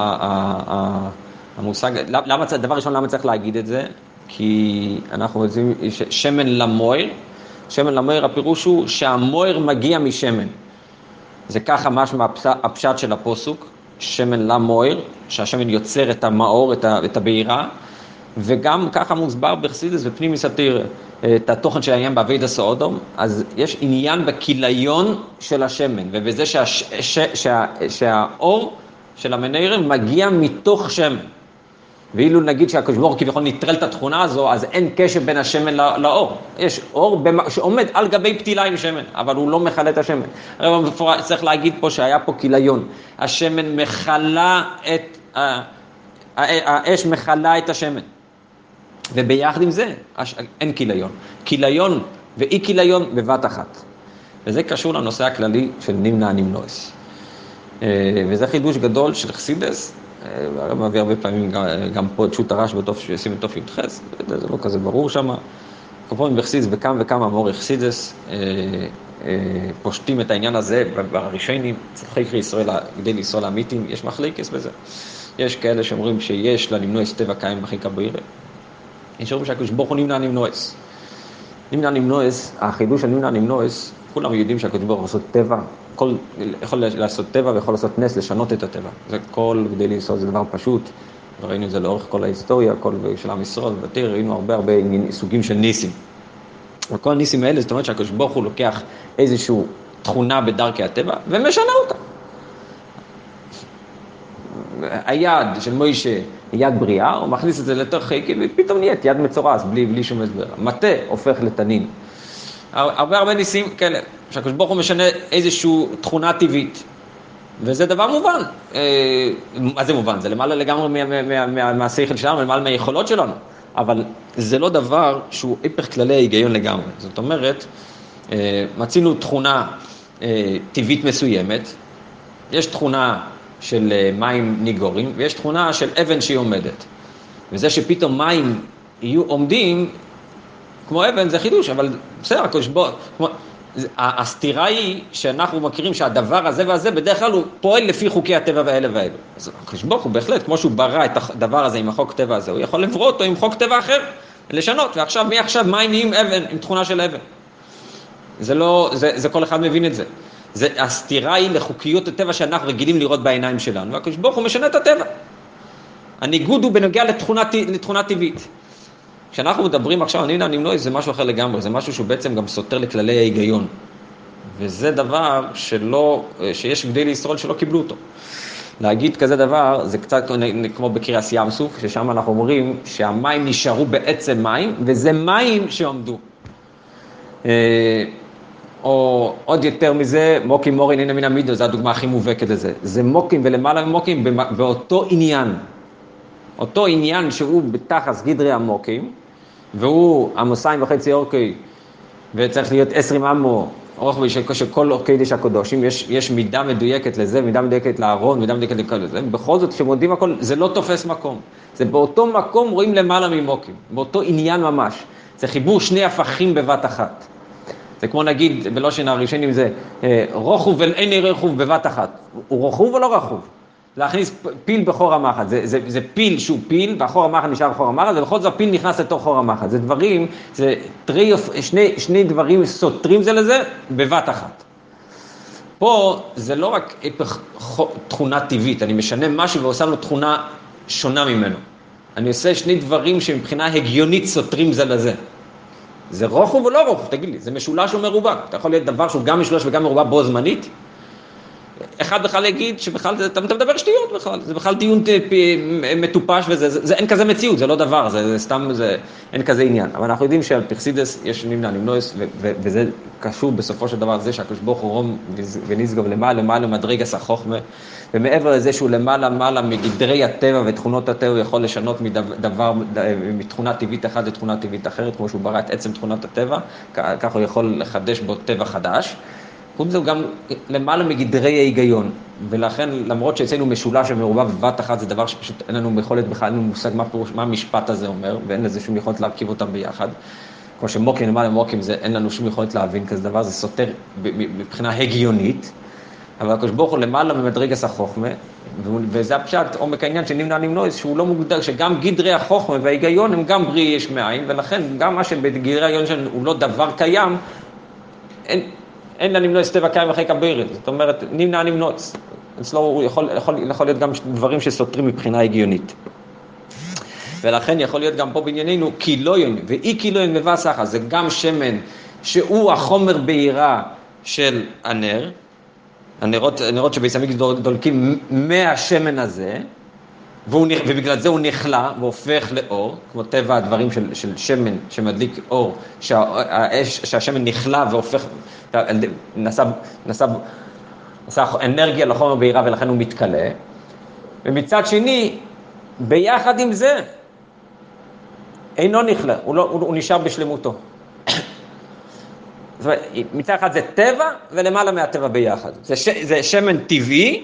המושג, למה, דבר ראשון, למה צריך להגיד את זה? כי אנחנו רוצים שמן למויר, שמן למויר הפירוש הוא שהמויר מגיע משמן. זה ככה משמע הפשט של הפוסוק, שמן למויר, שהשמן יוצר את המאור, את הבעירה, וגם ככה מוסבר בחסידות ופנים מסתיר את התוכן של העניין בעבודת סעודום, אז יש עניין בכיליון של השמן, ובזה שה, שה, שה, שהאור של המנערם מגיע מתוך שמן. ואילו נגיד שהקדוש ברוך הוא כביכול נטרל את התכונה הזו, אז אין קשר בין השמן לאור. יש אור שעומד על גבי פתילה עם שמן, אבל הוא לא מחלה את השמן. הרי צריך להגיד פה שהיה פה כיליון. השמן מחלה את, האש מחלה את השמן. וביחד עם זה, אין כיליון. כיליון ואי כיליון בבת אחת. וזה קשור לנושא הכללי של נמנע נמנועס. וזה חידוש גדול של חסידס, הרב מביא הרבה פעמים גם פה את שו"ת הרש בתוף שישים את תוף י"ח, זה לא כזה ברור שם. כמובן בחסידס וכמה וכמה אמור חסידס פושטים את העניין הזה בראשונים, צריך ישראל, כדי לישראל האמיתים, יש מחלקת בזה. יש כאלה שאומרים שיש לנמנועס טבע קיים בחיקה בעירה. יש אומרים שהקדוש ברוך הוא נמנע נמנועס. נמנע נמנועס, החידוש של נמנע נמנועס, כולם יודעים שהקדוש ברוך הוא לעשות טבע, כל, יכול לעשות טבע ויכול לעשות נס, לשנות את הטבע. זה כל כדי לעשות, זה דבר פשוט. ראינו את זה לאורך כל ההיסטוריה, כל של עם ישראל, ובתיר, ראינו הרבה הרבה סוגים של ניסים. וכל הניסים האלה, זאת אומרת שהקדוש ברוך הוא לוקח איזושהי תכונה בדרכי הטבע, ומשנה אותה. היד של מוישה, יד בריאה, הוא מכניס את זה לתוך חיקי, ופתאום נהיית יד מצורס, בלי, בלי שום הסבר. מטה הופך לתנין. הרבה הרבה ניסים כאלה, שהקדוש ברוך הוא משנה איזושהי תכונה טבעית. וזה דבר מובן. מה זה מובן? זה למעלה לגמרי מהשכל שלנו, למעלה מהיכולות שלנו. אבל זה לא דבר שהוא היפך כללי ההיגיון לגמרי. זאת אומרת, מצינו תכונה טבעית מסוימת, יש תכונה של מים ניגורים, ויש תכונה של אבן שהיא עומדת. וזה שפתאום מים יהיו עומדים, כמו אבן זה חידוש, אבל בסדר, בוא, כמו, הסתירה היא שאנחנו מכירים שהדבר הזה והזה, בדרך כלל הוא פועל לפי חוקי הטבע והאלה והאלה. אז הקדוש ברוך הוא בהחלט, כמו שהוא ברא את הדבר הזה עם החוק טבע הזה, הוא יכול לברוא אותו עם חוק טבע אחר, לשנות, ועכשיו, מי עכשיו מים נהיים אבן, עם תכונה של אבן? זה לא, זה, זה כל אחד מבין את זה. זה, הסתירה היא לחוקיות הטבע שאנחנו רגילים לראות בעיניים שלנו, והקדוש ברוך הוא משנה את הטבע. הניגוד הוא בנוגע לתכונה, לתכונה טבעית. כשאנחנו מדברים עכשיו על נמנע נמנועס, זה משהו אחר לגמרי, זה משהו שהוא בעצם גם סותר לכללי ההיגיון. וזה דבר שלא, שיש גדי לישראל שלא קיבלו אותו. להגיד כזה דבר, זה קצת כמו בקריאס ים סוף, ששם אנחנו אומרים שהמים נשארו בעצם מים, וזה מים שעומדו. או עוד יותר מזה, מוקים מורין הנה מן המידו, זו הדוגמה הכי מובהקת לזה. זה מוקים ולמעלה ממוקים באותו עניין. אותו עניין שהוא בתחס גדרי המוקים, והוא עמוסיים וחצי אורכי, וצריך להיות עשרים עמו, אורך של, של כל קודש הקודשים, יש, יש מידה מדויקת לזה, מידה מדויקת לארון, מידה מדויקת לכל זה. בכל זאת, כשמודים הכל, זה לא תופס מקום. זה באותו מקום רואים למעלה ממוקים, באותו עניין ממש. זה חיבור שני הפכים בבת אחת. זה כמו נגיד, בלא שינה הראשונים זה, רוחוב ואין רחוב בבת אחת. הוא רחוב או לא רחוב? להכניס פיל בחור המחט, זה, זה, זה פיל שהוא פיל, והחור המחט נשאר בחור המחט, ובכל זאת הפיל נכנס לתוך חור המחט. זה דברים, זה טרי, שני, שני דברים סותרים זה לזה, בבת אחת. פה זה לא רק תכונה טבעית, אני משנה משהו ועושה לו תכונה שונה ממנו. אני עושה שני דברים שמבחינה הגיונית סותרים זה לזה. זה רוחב או לא רוחב? תגיד לי, זה משולש או מרובע? אתה יכול להיות דבר שהוא גם משולש וגם מרובע בו זמנית? אחד בכלל יגיד שבכלל, אתה מדבר שטויות בכלל, זה בכלל דיון מטופש וזה, זה, זה, אין כזה מציאות, זה לא דבר, זה, זה סתם, זה, אין כזה עניין. אבל אנחנו יודעים שעל פרסידס יש נמנע, נמנועס, ו, ו, וזה קשור בסופו של דבר זה שהקדוש ברוך הוא רום ונשגב למעלה, למעלה מדרגת החוכמה, ומעבר לזה שהוא למעלה, למעלה מגדרי הטבע ותכונות הטבע, הוא יכול לשנות מדבר, מתכונה טבעית אחת לתכונה טבעית אחרת, כמו שהוא ברא את עצם תכונת הטבע, כך הוא יכול לחדש בו טבע חדש. חוץ זה גם למעלה מגדרי ההיגיון, ולכן למרות שאצלנו משולש ומרובע בבת אחת, זה דבר שפשוט אין לנו יכולת בכלל, אין לנו מושג מה, מה המשפט הזה אומר, ואין לזה שום יכולת להרכיב אותם ביחד. כמו שמוקים למעלה מוקים, זה, אין לנו שום יכולת להבין כזה דבר, זה סותר מבחינה הגיונית, אבל הקדוש ברוך הוא למעלה ממדרגת החוכמה, וזה הפשט עומק העניין שנמנע נמנוע, שהוא לא מוגדר, שגם גדרי החוכמה וההיגיון הם גם ברי יש מאין, ולכן גם מה שבגדרי ההיגיון שלנו הוא לא דבר קיים, אין, אין לה נמנוע טבע קיים אחרי כבירת, זאת אומרת, נמנע נמנוע, אצלו הוא יכול, יכול, יכול להיות גם דברים שסותרים מבחינה הגיונית. ולכן יכול להיות גם פה בענייננו קילויון, ואי קילויון מבא סחה, זה גם שמן שהוא החומר בעירה של הנר, הנרות, הנרות שבייסמיק דולקים מהשמן הזה, והוא, ובגלל זה הוא נחלה והופך לאור, כמו טבע הדברים של, של שמן שמדליק אור, שהאש, שהשמן נחלה והופך, נעשה, נעשה, נעשה אנרגיה לחומר בעירה ולכן הוא מתקלה. ומצד שני, ביחד עם זה, אינו נחלה, הוא, לא, הוא, הוא נשאר בשלמותו. זאת אומרת, מצד אחד זה טבע ולמעלה מהטבע ביחד. זה, ש, זה שמן טבעי,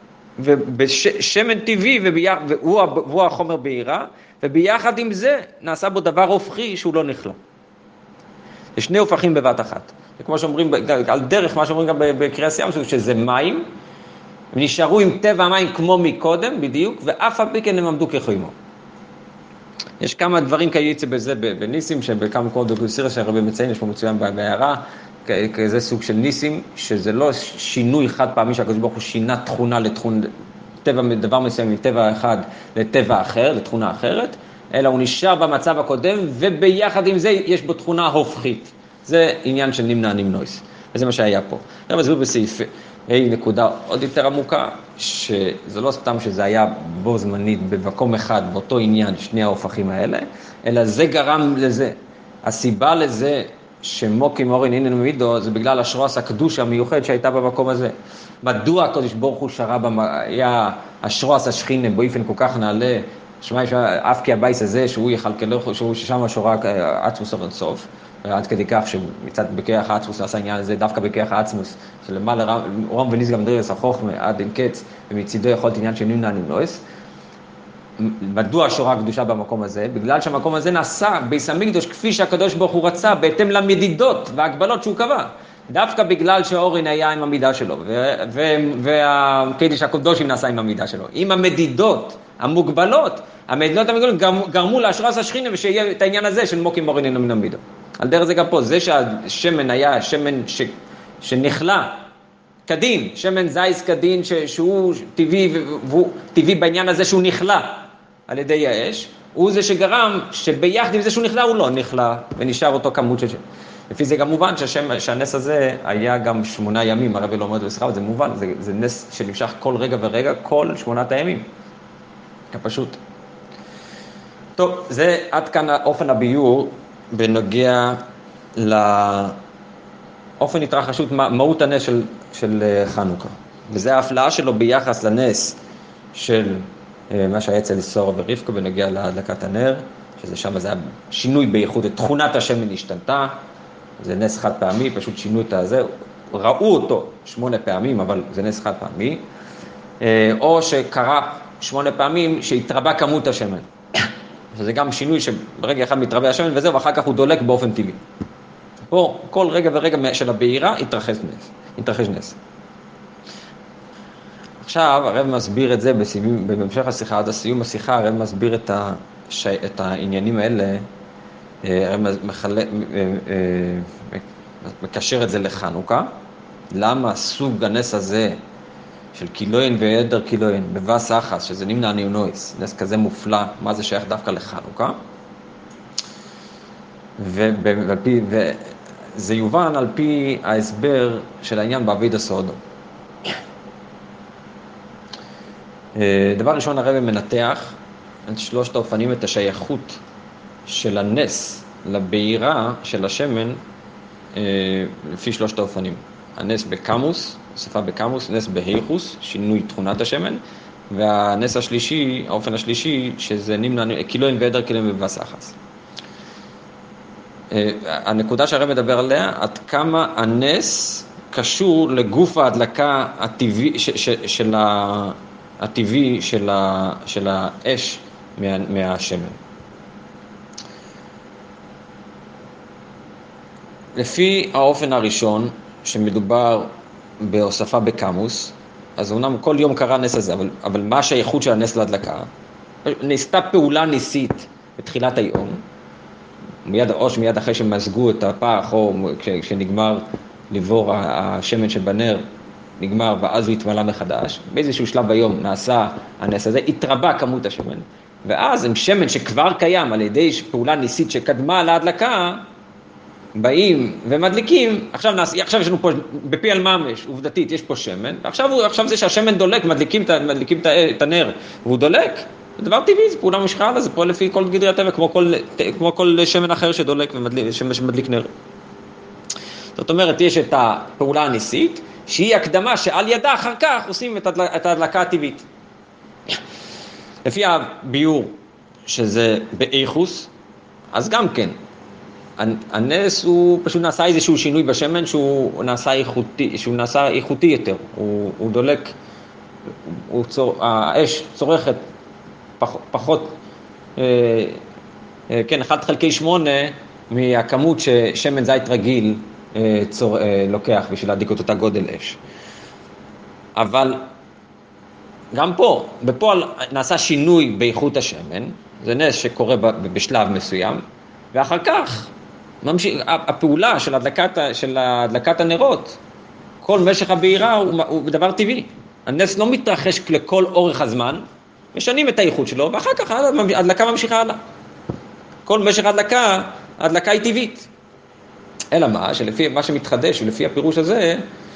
ובשמן טבעי, והוא, והוא החומר בעירה, וביחד עם זה נעשה בו דבר הופכי שהוא לא נחלה. זה שני הופכים בבת אחת. וכמו שאומרים, על דרך מה שאומרים גם בקריאס ים, שזה מים, ונשארו עם טבע המים כמו מקודם, בדיוק, ואף על פי כן הם עמדו כחוימו. יש כמה דברים כאלה בזה בניסים, שבכמה מקומות בגוסירה שהרבי מציין, יש פה מצוין בהערה, כזה סוג של ניסים, שזה לא שינוי חד פעמי שהקדוש ברוך הוא שינה תכונה לתכונה, טבע, דבר מסוים מטבע אחד לטבע אחר, לתכונה אחרת, אלא הוא נשאר במצב הקודם, וביחד עם זה יש בו תכונה הופכית. זה עניין של נמנע נמנויס, וזה מה שהיה פה. עכשיו מסביר בסעיף היי נקודה עוד יותר עמוקה, שזה לא סתם שזה היה בו זמנית במקום אחד, באותו עניין, שני ההופכים האלה, אלא זה גרם לזה. הסיבה לזה שמוקים אורין איננו מידו, זה בגלל השרוס הקדוש המיוחד שהייתה במקום הזה. מדוע הקדוש ברוך הוא שרה, היה השרוס השכינה באופן כל כך נעלה, שמע יש אף כי הבייס הזה שהוא יחלקלו, שהוא שם השורה עצמוס עד סוף, עד כדי כך שמצד בכיח העצמוס עשה עניין הזה, דווקא בכיח העצמוס, שלמעלה רום וניס גם דרס החוכמה עד אין קץ, ומצידו יכולת עניין שנמנע נמנועס. מדוע השורה הקדושה במקום הזה? בגלל שהמקום הזה נעשה בייס המקדוש כפי שהקדוש ברוך הוא רצה, בהתאם למדידות וההגבלות שהוא קבע. דווקא בגלל שהאורין היה עם המידה שלו, והקדש הקדושים נעשה עם המידה שלו. עם המדידות המוגבלות, המדידות המוגבלות גרמו להשראת השכינה, ושיהיה את העניין הזה של מוקים אורין אינו מן המידו. על דרך זה גם פה, זה שהשמן היה שמן ש... שנחלה, קדין, שמן זייס קדין, ש... שהוא טבעי, והוא טבעי בעניין הזה שהוא נחלה על ידי האש, הוא זה שגרם שביחד עם זה שהוא נכלה, הוא לא נכלה, ונשאר אותו כמות של... לפי זה גם מובן שהשם, שהנס הזה היה גם שמונה ימים, הרב לא אומר בשיחה, זה מובן, זה, זה נס שנמשך כל רגע ורגע, כל שמונת הימים. פשוט. טוב, זה עד כאן אופן הביור בנוגע לאופן התרחשות, מהות הנס של, של חנוכה. וזה ההפלאה שלו ביחס לנס של מה שהיה אצל שרה ורבקה בנוגע להדלקת הנר, שזה שם זה היה שינוי בייחוד, תכונת השמן השתנתה, זה נס חד פעמי, פשוט שינו את הזה, ראו אותו שמונה פעמים, אבל זה נס חד פעמי, או שקרה שמונה פעמים שהתרבה כמות השמן. זה גם שינוי שברגע אחד מתרבה השמן וזהו, ואחר כך הוא דולק באופן טבעי. פה כל רגע ורגע של הבעירה התרחש נס. התרחש נס. עכשיו הרב מסביר את זה בסיום, בהמשך השיחה, עד הסיום השיחה, הרב מסביר את, ה, ש, את העניינים האלה, הרב מחלה, מקשר את זה לחנוכה. למה סוג הנס הזה של קילוין ועדר קילוין, בבס אחס, שזה נמנע ניונויס, נס כזה מופלא, מה זה שייך דווקא לחנוכה? ובפי, וזה יובן על פי ההסבר של העניין בעביד סעודו. דבר ראשון, הרב מנתח את שלושת האופנים, את השייכות של הנס לבעירה של השמן, לפי שלושת האופנים. הנס בקמוס, שפה בקמוס, נס בהיחוס, שינוי תכונת השמן, והנס השלישי, האופן השלישי, שזה נמנע, קילוין ועדר קילוין בבס אחס. הנקודה שהרב מדבר עליה, עד כמה הנס קשור לגוף ההדלקה הטבעי, ש, ש, של ה, הטבעי של, ה, של האש מה, מהשמן. לפי האופן הראשון, שמדובר בהוספה בקמוס, אז אומנם כל יום קרה נס הזה, אבל, אבל מה השייכות של הנס להדלקה? נעשתה פעולה ניסית בתחילת היום, מיד, או שמיד אחרי שמזגו את הפח, או כשנגמר לבור השמן שבנר, נגמר ואז הוא התמלא מחדש, באיזשהו שלב היום נעשה הנס הזה, התרבה כמות השמן, ואז עם שמן שכבר קיים על ידי פעולה ניסית שקדמה להדלקה, באים ומדליקים, עכשיו, נעש, עכשיו יש לנו פה בפי על ממש, עובדתית, יש פה שמן, ועכשיו עכשיו זה שהשמן דולק, מדליקים, מדליקים את הנר, והוא דולק, זה דבר טבעי, זה פעולה משכה עליו, זה פועל לפי כל גדרי הטבע, כמו כל, כמו כל שמן אחר שדולק ומדליק, שמדליק נר. זאת אומרת, יש את הפעולה הניסית, שהיא הקדמה שעל ידה אחר כך עושים את ההדלקה הטבעית. לפי הביור שזה באיכוס, אז גם כן, הנס הוא פשוט נעשה איזשהו שינוי בשמן שהוא נעשה איכותי, שהוא נעשה איכותי יותר, הוא, הוא דולק, הוא צור, האש צורכת פח, פחות, אה, אה, כן, אחד חלקי שמונה מהכמות ששמן זית רגיל אה, צור, אה, לוקח בשביל להדיק את אותה גודל אש. אבל גם פה, בפועל נעשה שינוי באיכות השמן, זה נס שקורה בשלב מסוים, ואחר כך ממשיך, הפעולה של הדלקת, של הדלקת הנרות, כל משך הבעירה הוא, הוא דבר טבעי. הנס לא מתרחש לכל אורך הזמן, משנים את האיכות שלו, ואחר כך ההדלקה ממשיכה הלאה. כל משך ההדלקה, ההדלקה היא טבעית. אלא מה, שלפי מה שמתחדש ולפי הפירוש הזה,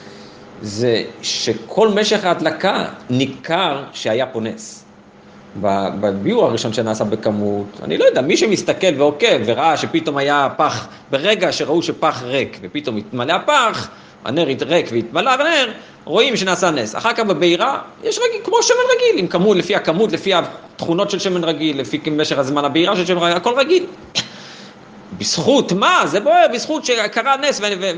זה שכל משך ההדלקה ניכר שהיה פה נס. בביור הראשון שנעשה בכמות, אני לא יודע, מי שמסתכל ועוקב וראה שפתאום היה פח, ברגע שראו שפח ריק ופתאום התמלא הפח, הנר ריק והתמלא הנר, רואים שנעשה נס. אחר כך בבעירה יש רגיל, כמו שמן רגיל, עם כמות, לפי הכמות, לפי התכונות של שמן רגיל, לפי משך הזמן הבעירה של שמן רגיל, הכל רגיל. בזכות מה? זה בוער, בזכות שקרה נס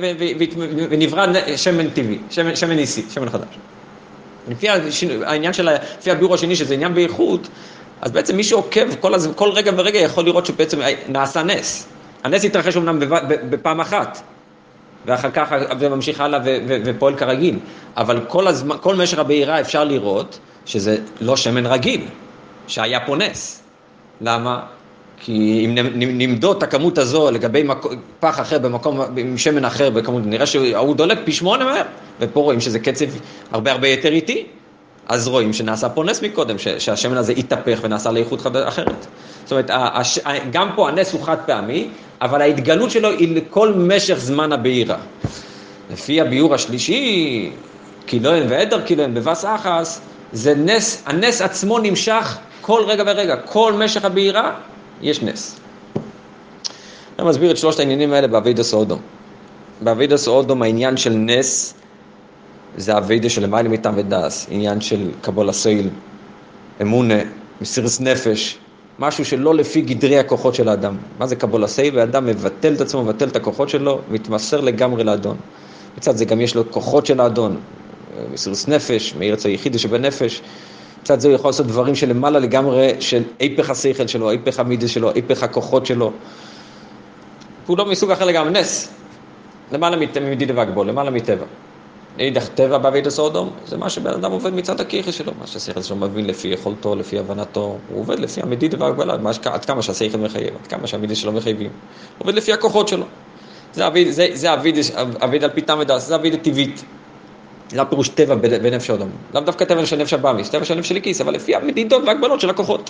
ונברא שמן טבעי, שמן ניסי, שמן חדש. לפי העניין של, לפי הביור השני, שזה עניין באיכות, אז בעצם מי שעוקב כל, כל רגע ורגע יכול לראות שבעצם נעשה נס. הנס יתרחש אומנם בפעם אחת, ואחר כך זה ממשיך הלאה ופועל כרגיל. אבל כל הזמן, כל משך הבעירה אפשר לראות שזה לא שמן רגיל, שהיה פה נס. למה? כי אם נמדוד את הכמות הזו לגבי פח אחר במקום, עם שמן אחר בכמות, נראה שהוא דולק פי שמונה מהר, ופה רואים שזה קצב הרבה הרבה יותר איטי, אז רואים שנעשה פה נס מקודם, שהשמן הזה התהפך ונעשה לאיכות אחרת. זאת אומרת, גם פה הנס הוא חד פעמי, אבל ההתגלות שלו היא לכל משך זמן הבעירה. לפי הביאור השלישי, קילוין ועדר קילוין בבס אחס, זה נס, הנס עצמו נמשך כל רגע ורגע, כל משך הבעירה יש נס. אני מסביר את שלושת העניינים האלה באביידס אודום. באביידס אודום העניין של נס, זה אביידה של למעלה מטעם ודס, עניין של קבול הסייל, אמונה, מסירות נפש, משהו שלא לפי גדרי הכוחות של האדם. מה זה קבול הסייל? והאדם מבטל את עצמו, מבטל את הכוחות שלו, מתמסר לגמרי לאדון. מצד זה גם יש לו כוחות של האדון, מסירות נפש, מארץ היחידי שבנפש. מצד זה הוא יכול לעשות דברים שלמעלה לגמרי, של איפך השכל שלו, איפך המידס שלו, איפך הכוחות שלו. הוא לא מסוג אחר לגמרי, נס. למעלה מדידה והגבול, למעלה מטבע. אידך טבע באביידס אודום, זה מה שבן אדם עובד מצד הכיחי שלו, מה שהשכל שלו מבין לפי יכולתו, לפי הבנתו, הוא עובד לפי המדידה והגבלה, עד כמה שהשכל מחייב, עד כמה שהמידס שלו מחייבים, הוא עובד לפי הכוחות שלו. זה אבייד על פי טעם ודס, זה אביידה טבעית. זה הפירוש טבע בנפש האדם. לאו דווקא טבע של נפש הבאמיס, טבע של נפש של כיס, אבל לפי המדידות והגבלות של הכוחות.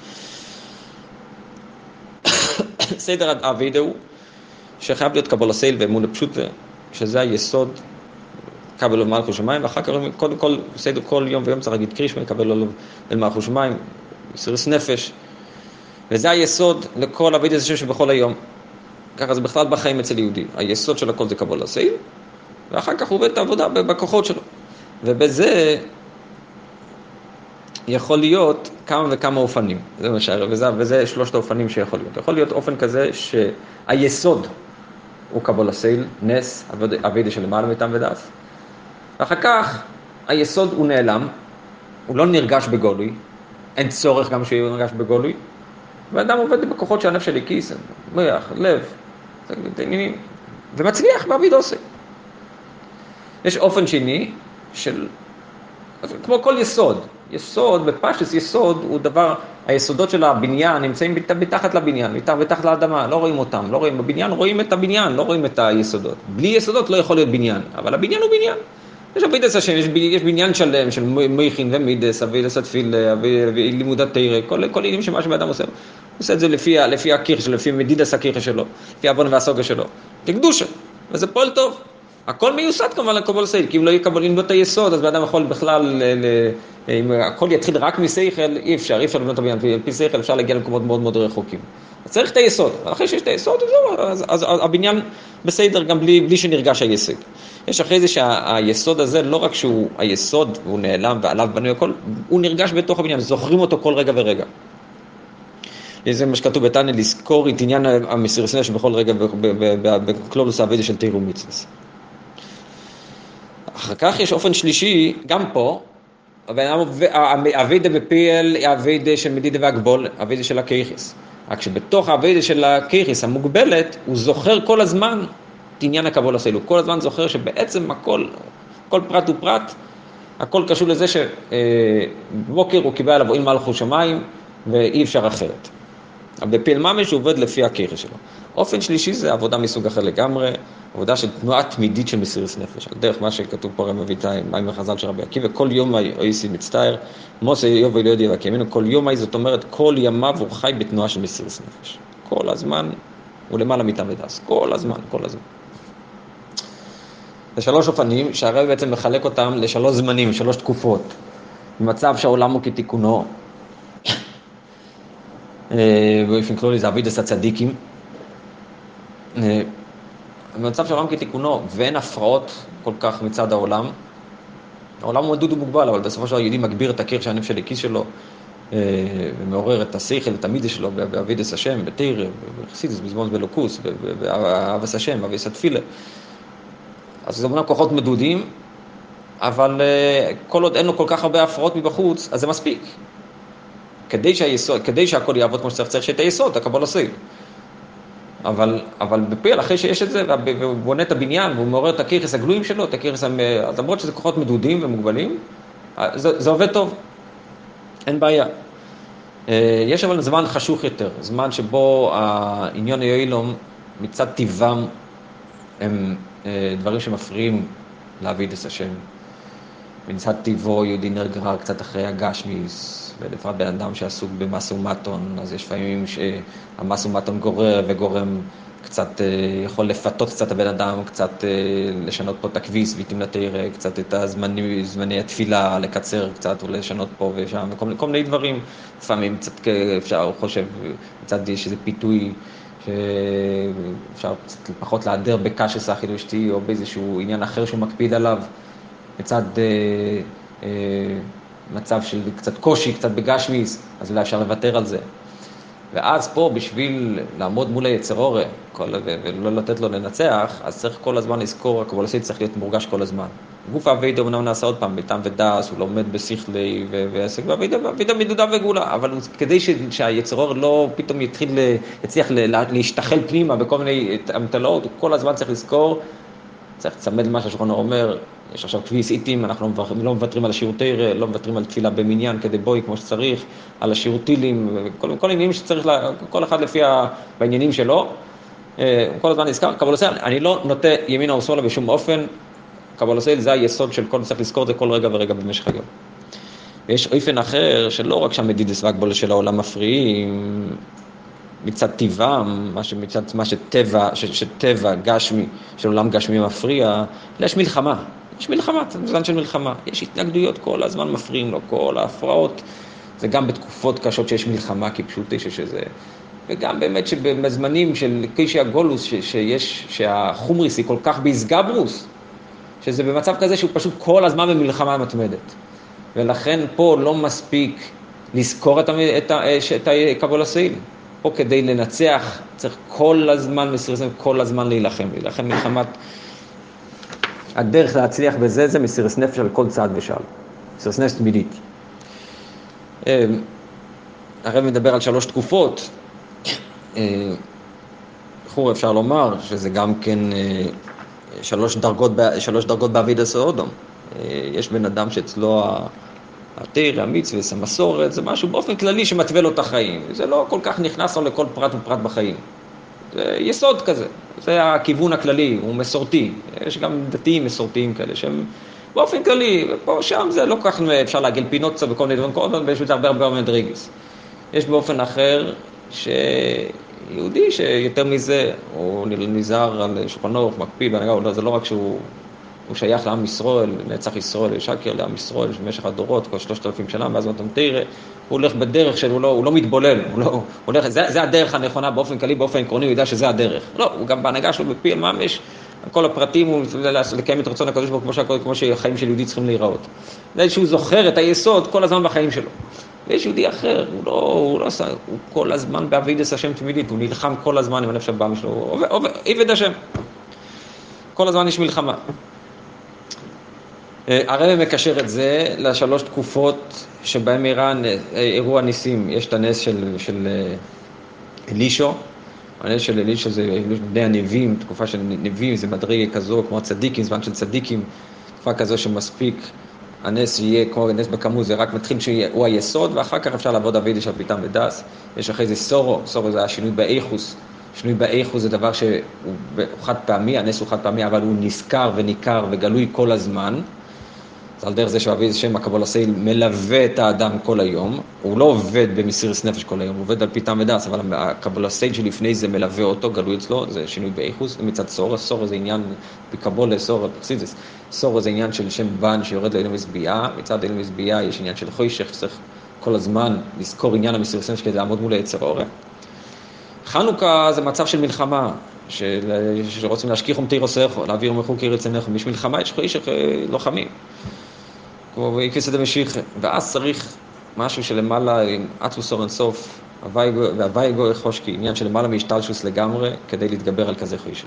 סדר האביידה הוא שחייב להיות קבול הסייל ואמונה פשוט, שזה היסוד קבל מלכות שמיים, ואחר כך קודם כל, בסדר, כל יום ויום צריך להגיד קרישמה, קבל אל מלכות שמיים, מסירות נפש, וזה היסוד לכל אביידס השם שבכל היום. ככה זה בכלל בחיים אצל יהודי. היסוד של הכל זה קבול הסייל, ואחר כך הוא עובד את העבודה בכוחות שלו. ובזה יכול להיות כמה וכמה אופנים. זה מה שהערב, וזה, וזה שלושת האופנים שיכול להיות. יכול להיות אופן כזה שהיסוד הוא קבול הסייל, נס, אביידה של למעלה מטעם ודס. ואחר כך היסוד הוא נעלם, הוא לא נרגש בגולוי, אין צורך גם שהוא נרגש בגולוי, ואדם עובד בכוחות של הנפש שלי, כיס, מוח, לב, ומצליח בעביד עושה. יש אופן שני של, כמו כל יסוד, יסוד בפשטס, יסוד הוא דבר, היסודות של הבניין נמצאים מתחת לבניין, מתחת לאדמה, לא רואים אותם, לא רואים בבניין, רואים את הבניין, לא רואים את היסודות. בלי יסודות לא יכול להיות בניין, אבל הבניין הוא בניין. יש אביידס השם, יש, יש בניין שלם של מויכין ומידס, אביידס התפיל, לימודת תירא, כל, כל עניינים שמה שבאדם עושה. הוא עושה את זה לפי, לפי הכיח שלו, לפי מדידס הכיח שלו, לפי הבון והסוגה שלו. כקדושה, וזה פועל טוב. הכל מיוסד כמובן לקבול סייל, כי אם לא יקבל לבנות את היסוד, אז באדם יכול בכלל, ל, ל, אם הכל יתחיל רק מסייכל, אי אפשר, אי אפשר לבנות את הבניין, לפי סייכל אפשר להגיע למקומות מאוד מאוד רחוקים. אז צריך את היסוד, ואחרי שיש את היסוד, אז, אז, אז הבניין בסדר גם בלי, בלי שנרגש היסוד. יש אחרי זה שהיסוד הזה, לא רק שהוא היסוד, והוא נעלם ועליו בנוי הכל, הוא נרגש בתוך הבניין, זוכרים אותו כל רגע ורגע. זה מה שכתוב בתניא, לזכור את עניין המסירות נפש בכל רגע בקלולוס האביידה של תורה ומצוות. אחר כך יש אופן שלישי, גם פה, האביידה בפיל היא האביידה של מדידה והגבול, האביידה של הכיחס. רק שבתוך האביידה של הכיחס המוגבלת, הוא זוכר כל הזמן את עניין הקבול הסייל. הוא כל הזמן זוכר שבעצם הכל, כל פרט ופרט, הכל קשור לזה שבבוקר הוא קיבל עליו אין מלכות שמיים, ואי אפשר אחרת. אבל בפיל ממש הוא עובד לפי הכיחס שלו. אופן שלישי זה עבודה מסוג אחר לגמרי, עבודה של תנועה תמידית של מסירות נפש, על דרך מה שכתוב פה רמב"ם ויטאי, מים וחז"ל של רבי עקיבא, כל יום אויסי מצטער, מוסי יובל יודי וקימינו, כל יום אי, זאת אומרת, כל ימיו הוא חי בתנועה של מסירות נפש. כל הזמן הוא למעלה מטעם ודס, כל הזמן, כל הזמן. זה שלוש אופנים שהרב בעצם מחלק אותם לשלוש זמנים, שלוש תקופות. במצב שהעולם הוא כתיקונו, באופן כללי זה אביידס הצדיקים, במצב שהעולם כתיקונו ואין הפרעות כל כך מצד העולם, העולם הוא מדוד ומוגבל, אבל בסופו של דבר יהודי מגביר את הקיר שהנפש של הכיס שלו, ומעורר את השכל, את המידה שלו, באביידס השם, בתורה, בחסידות, בזמון בלוקוס, באהבת השם, באהבת התפילה. אז זה אומנם כוחות מדודים, אבל כל עוד אין לו כל כך הרבה הפרעות מבחוץ, אז זה מספיק. כדי שהיסוד, כדי שהכל יעבוד כמו שצריך, צריך שאת היסוד, הקבול הסייל. אבל, אבל בפיל, אחרי שיש את זה, והוא בונה את הבניין, והוא מעורר את הכיחס הגלויים שלו, את הכיחס, אז למרות שזה כוחות מדודים ומוגבלים, זה, זה עובד טוב. אין בעיה. יש אבל זמן חשוך יותר, זמן שבו העניין היועילום מצד טבעם הם דברים שמפריעים להעביד את השם. מצד טבעו יהודי נגרר קצת אחרי הגשמיס, ולפרט בן אדם שעסוק במס ומטון, אז יש פעמים שהמס ומטון גורר וגורם קצת, יכול לפתות קצת את הבן אדם, קצת לשנות פה את הכביס, ויתים לתאיר, קצת את הזמני, זמני התפילה, לקצר קצת ולשנות פה ושם, וכל כל מיני דברים. לפעמים קצת אפשר, הוא חושב, מצד יש איזה פיתוי, שאפשר קצת פחות להיעדר בקשס האכיל ושתי, או באיזשהו עניין אחר שהוא מקפיד עליו, מצד אה, אה, מצב של קצת קושי, קצת בגשמיס, אז אולי אפשר לוותר על זה. ואז פה, בשביל לעמוד מול היצר אורה, ולא לתת לו לנצח, אז צריך כל הזמן לזכור, הקבולסית צריך להיות מורגש כל הזמן. גוף האבידה אמנם נעשה עוד פעם, ביתם ודס, הוא לומד בשכלי, ועסק באבידה, ואבידה מדודה וגאולה, אבל כדי שהיצר אורה לא פתאום יתחיל, יצליח להשתחל פנימה בכל מיני אמתלות, הוא כל הזמן צריך לזכור, צריך לצמד למה שהשולחן אומר, יש עכשיו כביס איתים, אנחנו לא מוותרים על השירותי, לא מוותרים על תפילה במניין כדי בוי כמו שצריך, על השירותילים, כל, כל העניינים שצריך, לה, כל אחד לפי העניינים שלו, כל הזמן נזכר, קבולוסי, אני לא נוטה ימינה או שמאלה בשום אופן, קבולוסי זה היסוד של כל, צריך לזכור את זה כל רגע ורגע במשך היום. ויש אופן אחר שלא רק שהמדידס והגבול של העולם מפריעים, מצד טבעם, מה שמצד מה שטבע, שטבע גשמי, של עולם גשמי מפריע, יש מלחמה. יש מלחמה, זה זמן של מלחמה. יש התנגדויות כל הזמן מפריעים לו, כל ההפרעות. זה גם בתקופות קשות שיש מלחמה, כי פשוט יש שזה. וגם באמת שבזמנים של קישי הגולוס, ש, שיש, שהחומריס היא כל כך בהסגברוס, שזה במצב כזה שהוא פשוט כל הזמן במלחמה מתמדת. ולכן פה לא מספיק לזכור את, את, את הקבול הסעיל. פה כדי לנצח צריך כל הזמן, מסירסנף, כל הזמן להילחם. להילחם מלחמת... הדרך להצליח בזה זה מסירס נפש על כל צעד ושעל. מסירס נפש תמידית. הרב מדבר על שלוש תקופות. בחור אפשר לומר שזה גם כן שלוש דרגות, שלוש דרגות בעביד הסעודום. יש בן אדם שאצלו התיר, המצווה, המסורת, זה משהו באופן כללי שמתווה לו את החיים. זה לא כל כך נכנס לו לכל פרט ופרט בחיים. זה יסוד כזה. זה הכיוון הכללי, הוא מסורתי. יש גם דתיים מסורתיים כאלה שהם באופן כללי, פה שם זה לא כל כך אפשר להגיל פינות קצת וכל מיני דברים, כל מיני, ויש בזה הרבה הרבה מדרגס. יש באופן אחר שיהודי שיותר מזה, הוא נזהר על שולחן ערוך, מקפיד, זה לא רק שהוא הוא שייך לעם ישראל, נצח ישראל, שקר לעם ישראל במשך הדורות, כל שלושת אלפים שנה, ואז הוא תמתיר, הוא הולך בדרך שלו, לא, הוא לא מתבולל, הוא לא, הוא הולך, זה, זה הדרך הנכונה באופן כללי, באופן עקרוני, הוא יודע שזה הדרך. לא, הוא גם בהנהגה שלו בפי ממש, כל הפרטים הוא לקיים את רצון הקדוש ברוך הוא, כמו שהחיים של יהודי צריכים להיראות. זה שהוא זוכר את היסוד כל הזמן בחיים שלו. ויש יהודי אחר, הוא לא, הוא לא עשה, הוא כל הזמן בעבידת השם תמידית, הוא נלחם כל הזמן עם הנפש הבאה שלו, הוא עובד השם. כל הזמן יש מלחמה. הרב מקשר את זה לשלוש תקופות שבהם אירוע ניסים. יש את הנס של, של אלישו, הנס של אלישו זה בני הנביאים, תקופה של נביאים, זה מדרגה כזו, כמו הצדיקים, זמן של צדיקים, תקופה כזו שמספיק, הנס יהיה כמו נס בכמות, זה רק מתחיל שהוא היסוד, ואחר כך אפשר לעבוד עבידה של פיתם ודס. יש אחרי זה סורו, סורו זה השינוי באיכוס, שינוי באיכוס זה דבר שהוא חד פעמי, הנס הוא חד פעמי, אבל הוא נזכר וניכר וגלוי כל הזמן. על דרך זה שאביד שם הקבול הסעיל מלווה את האדם כל היום, הוא לא עובד במסירת נפש כל היום, הוא עובד על פיתם ודס, אבל הקבול הסעיל שלפני זה מלווה אותו, גלוי אצלו, זה שינוי באיכוס, מצד סורה, סורה זה עניין, בקבול לסורה, פרסידס, סורה זה עניין של שם בן שיורד לאלם הסביעה, מצד אלם הסביעה יש עניין של חוישך, שצריך כל הזמן לזכור עניין המסירת נפש כדי לעמוד מול היצר אורה. חנוכה זה מצב של מלחמה, של, שרוצים להשכיח ומתיר עושךו, להעביר מחוקי רצונךו, יש מלחמה, יש חוישך לוחמים. כמו ויקפיס את המשיח, ואז צריך משהו שלמעלה עם עצמוס אור אינסוף, והווייגו חושקי, עניין שלמעלה מהשתלשוס לגמרי, כדי להתגבר על כזה חוישך.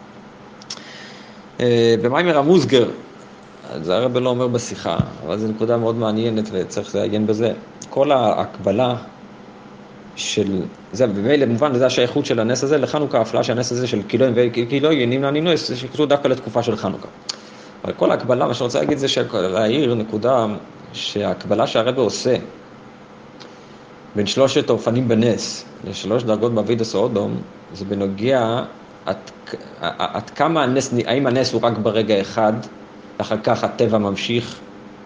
במיימר המוסגר, זה הרב לא אומר בשיחה, אבל זו נקודה מאוד מעניינת וצריך לעיין בזה. כל ההקבלה של, זה במילא במובן, וזה השייכות של הנס הזה, לחנוכה ההפלאה של הנס הזה של קילויים וקילויים, נמנע נמנע, שקשור דווקא לתקופה של חנוכה. אבל כל ההקבלה, מה שאני רוצה להגיד זה להעיר נקודה שההקבלה שהרבא עושה בין שלושת האופנים בנס לשלוש דרגות בעביד הסעודום, זה בנוגע עד, עד כמה הנס, האם הנס הוא רק ברגע אחד, ואחר כך הטבע ממשיך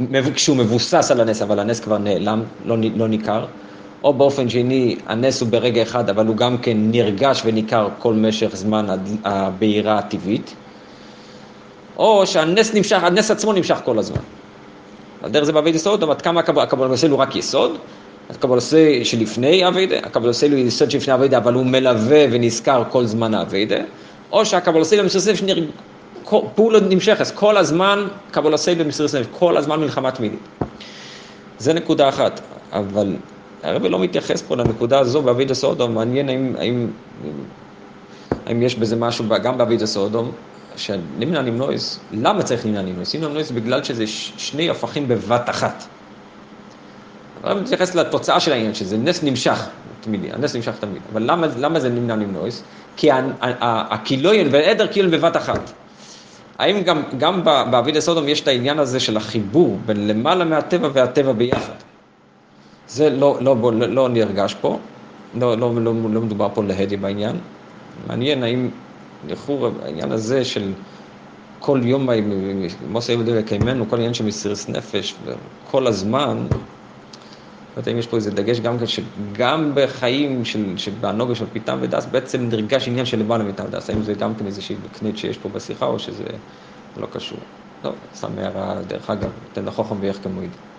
כשהוא מבוסס על הנס, אבל הנס כבר נעלם, לא, לא ניכר, או באופן שני, הנס הוא ברגע אחד, אבל הוא גם כן נרגש וניכר כל משך זמן הבהירה הטבעית, או שהנס נמשך, הנס עצמו נמשך כל הזמן. על דרך זה בעבודת סעודה, עד כמה הקבלה עושה לו רק יסוד, הקבלה עושה שלפני העבודה, הקבלה עושה לו יסוד שלפני העבודה, אבל הוא מלווה ונזכר כל זמן העבודה, או שהקבלה עושה לו מסרסף פעולה נמשכת, כל הזמן קבלה עושה לו מסרסף, כל הזמן מלחמה תמידית. זה נקודה אחת, אבל הרב לא מתייחס פה לנקודה הזו בעבודת סעודה, מעניין האם, האם, האם יש בזה משהו גם בעבודת סעודה, שנמנע נמנויס, למה צריך נמנע נמנויס? נמנע נמנויס בגלל שזה שני הפכים בבת אחת. הרב מתייחס לתוצאה של העניין, שזה נס נמשך תמידי, הנס נמשך תמיד. אבל למה, למה זה נמנע נמנויס? כי הכילויין והעדר כילוין בבת אחת. האם גם, גם בעבודת סעודה יש את העניין הזה של החיבור בין למעלה מהטבע והטבע ביחד? זה לא, לא, לא, לא נרגש פה, לא, לא, לא, לא מדובר פה להדי בעניין. מעניין האם לכאורה העניין הזה של כל יום, מוסי יבדו לקיימנו, כל עניין של מסירת נפש, כל הזמן, לא יודע אם יש פה איזה דגש גם כן, שגם בחיים של, שבנוגע של פיתם ודס, בעצם נרגש עניין של למעלה מפיתם ודס, האם זה גם כן איזושהי קנית שיש פה בשיחה, או שזה לא קשור. לא, שם הערה, דרך אגב, תן לחוכם ואיך כמועיד.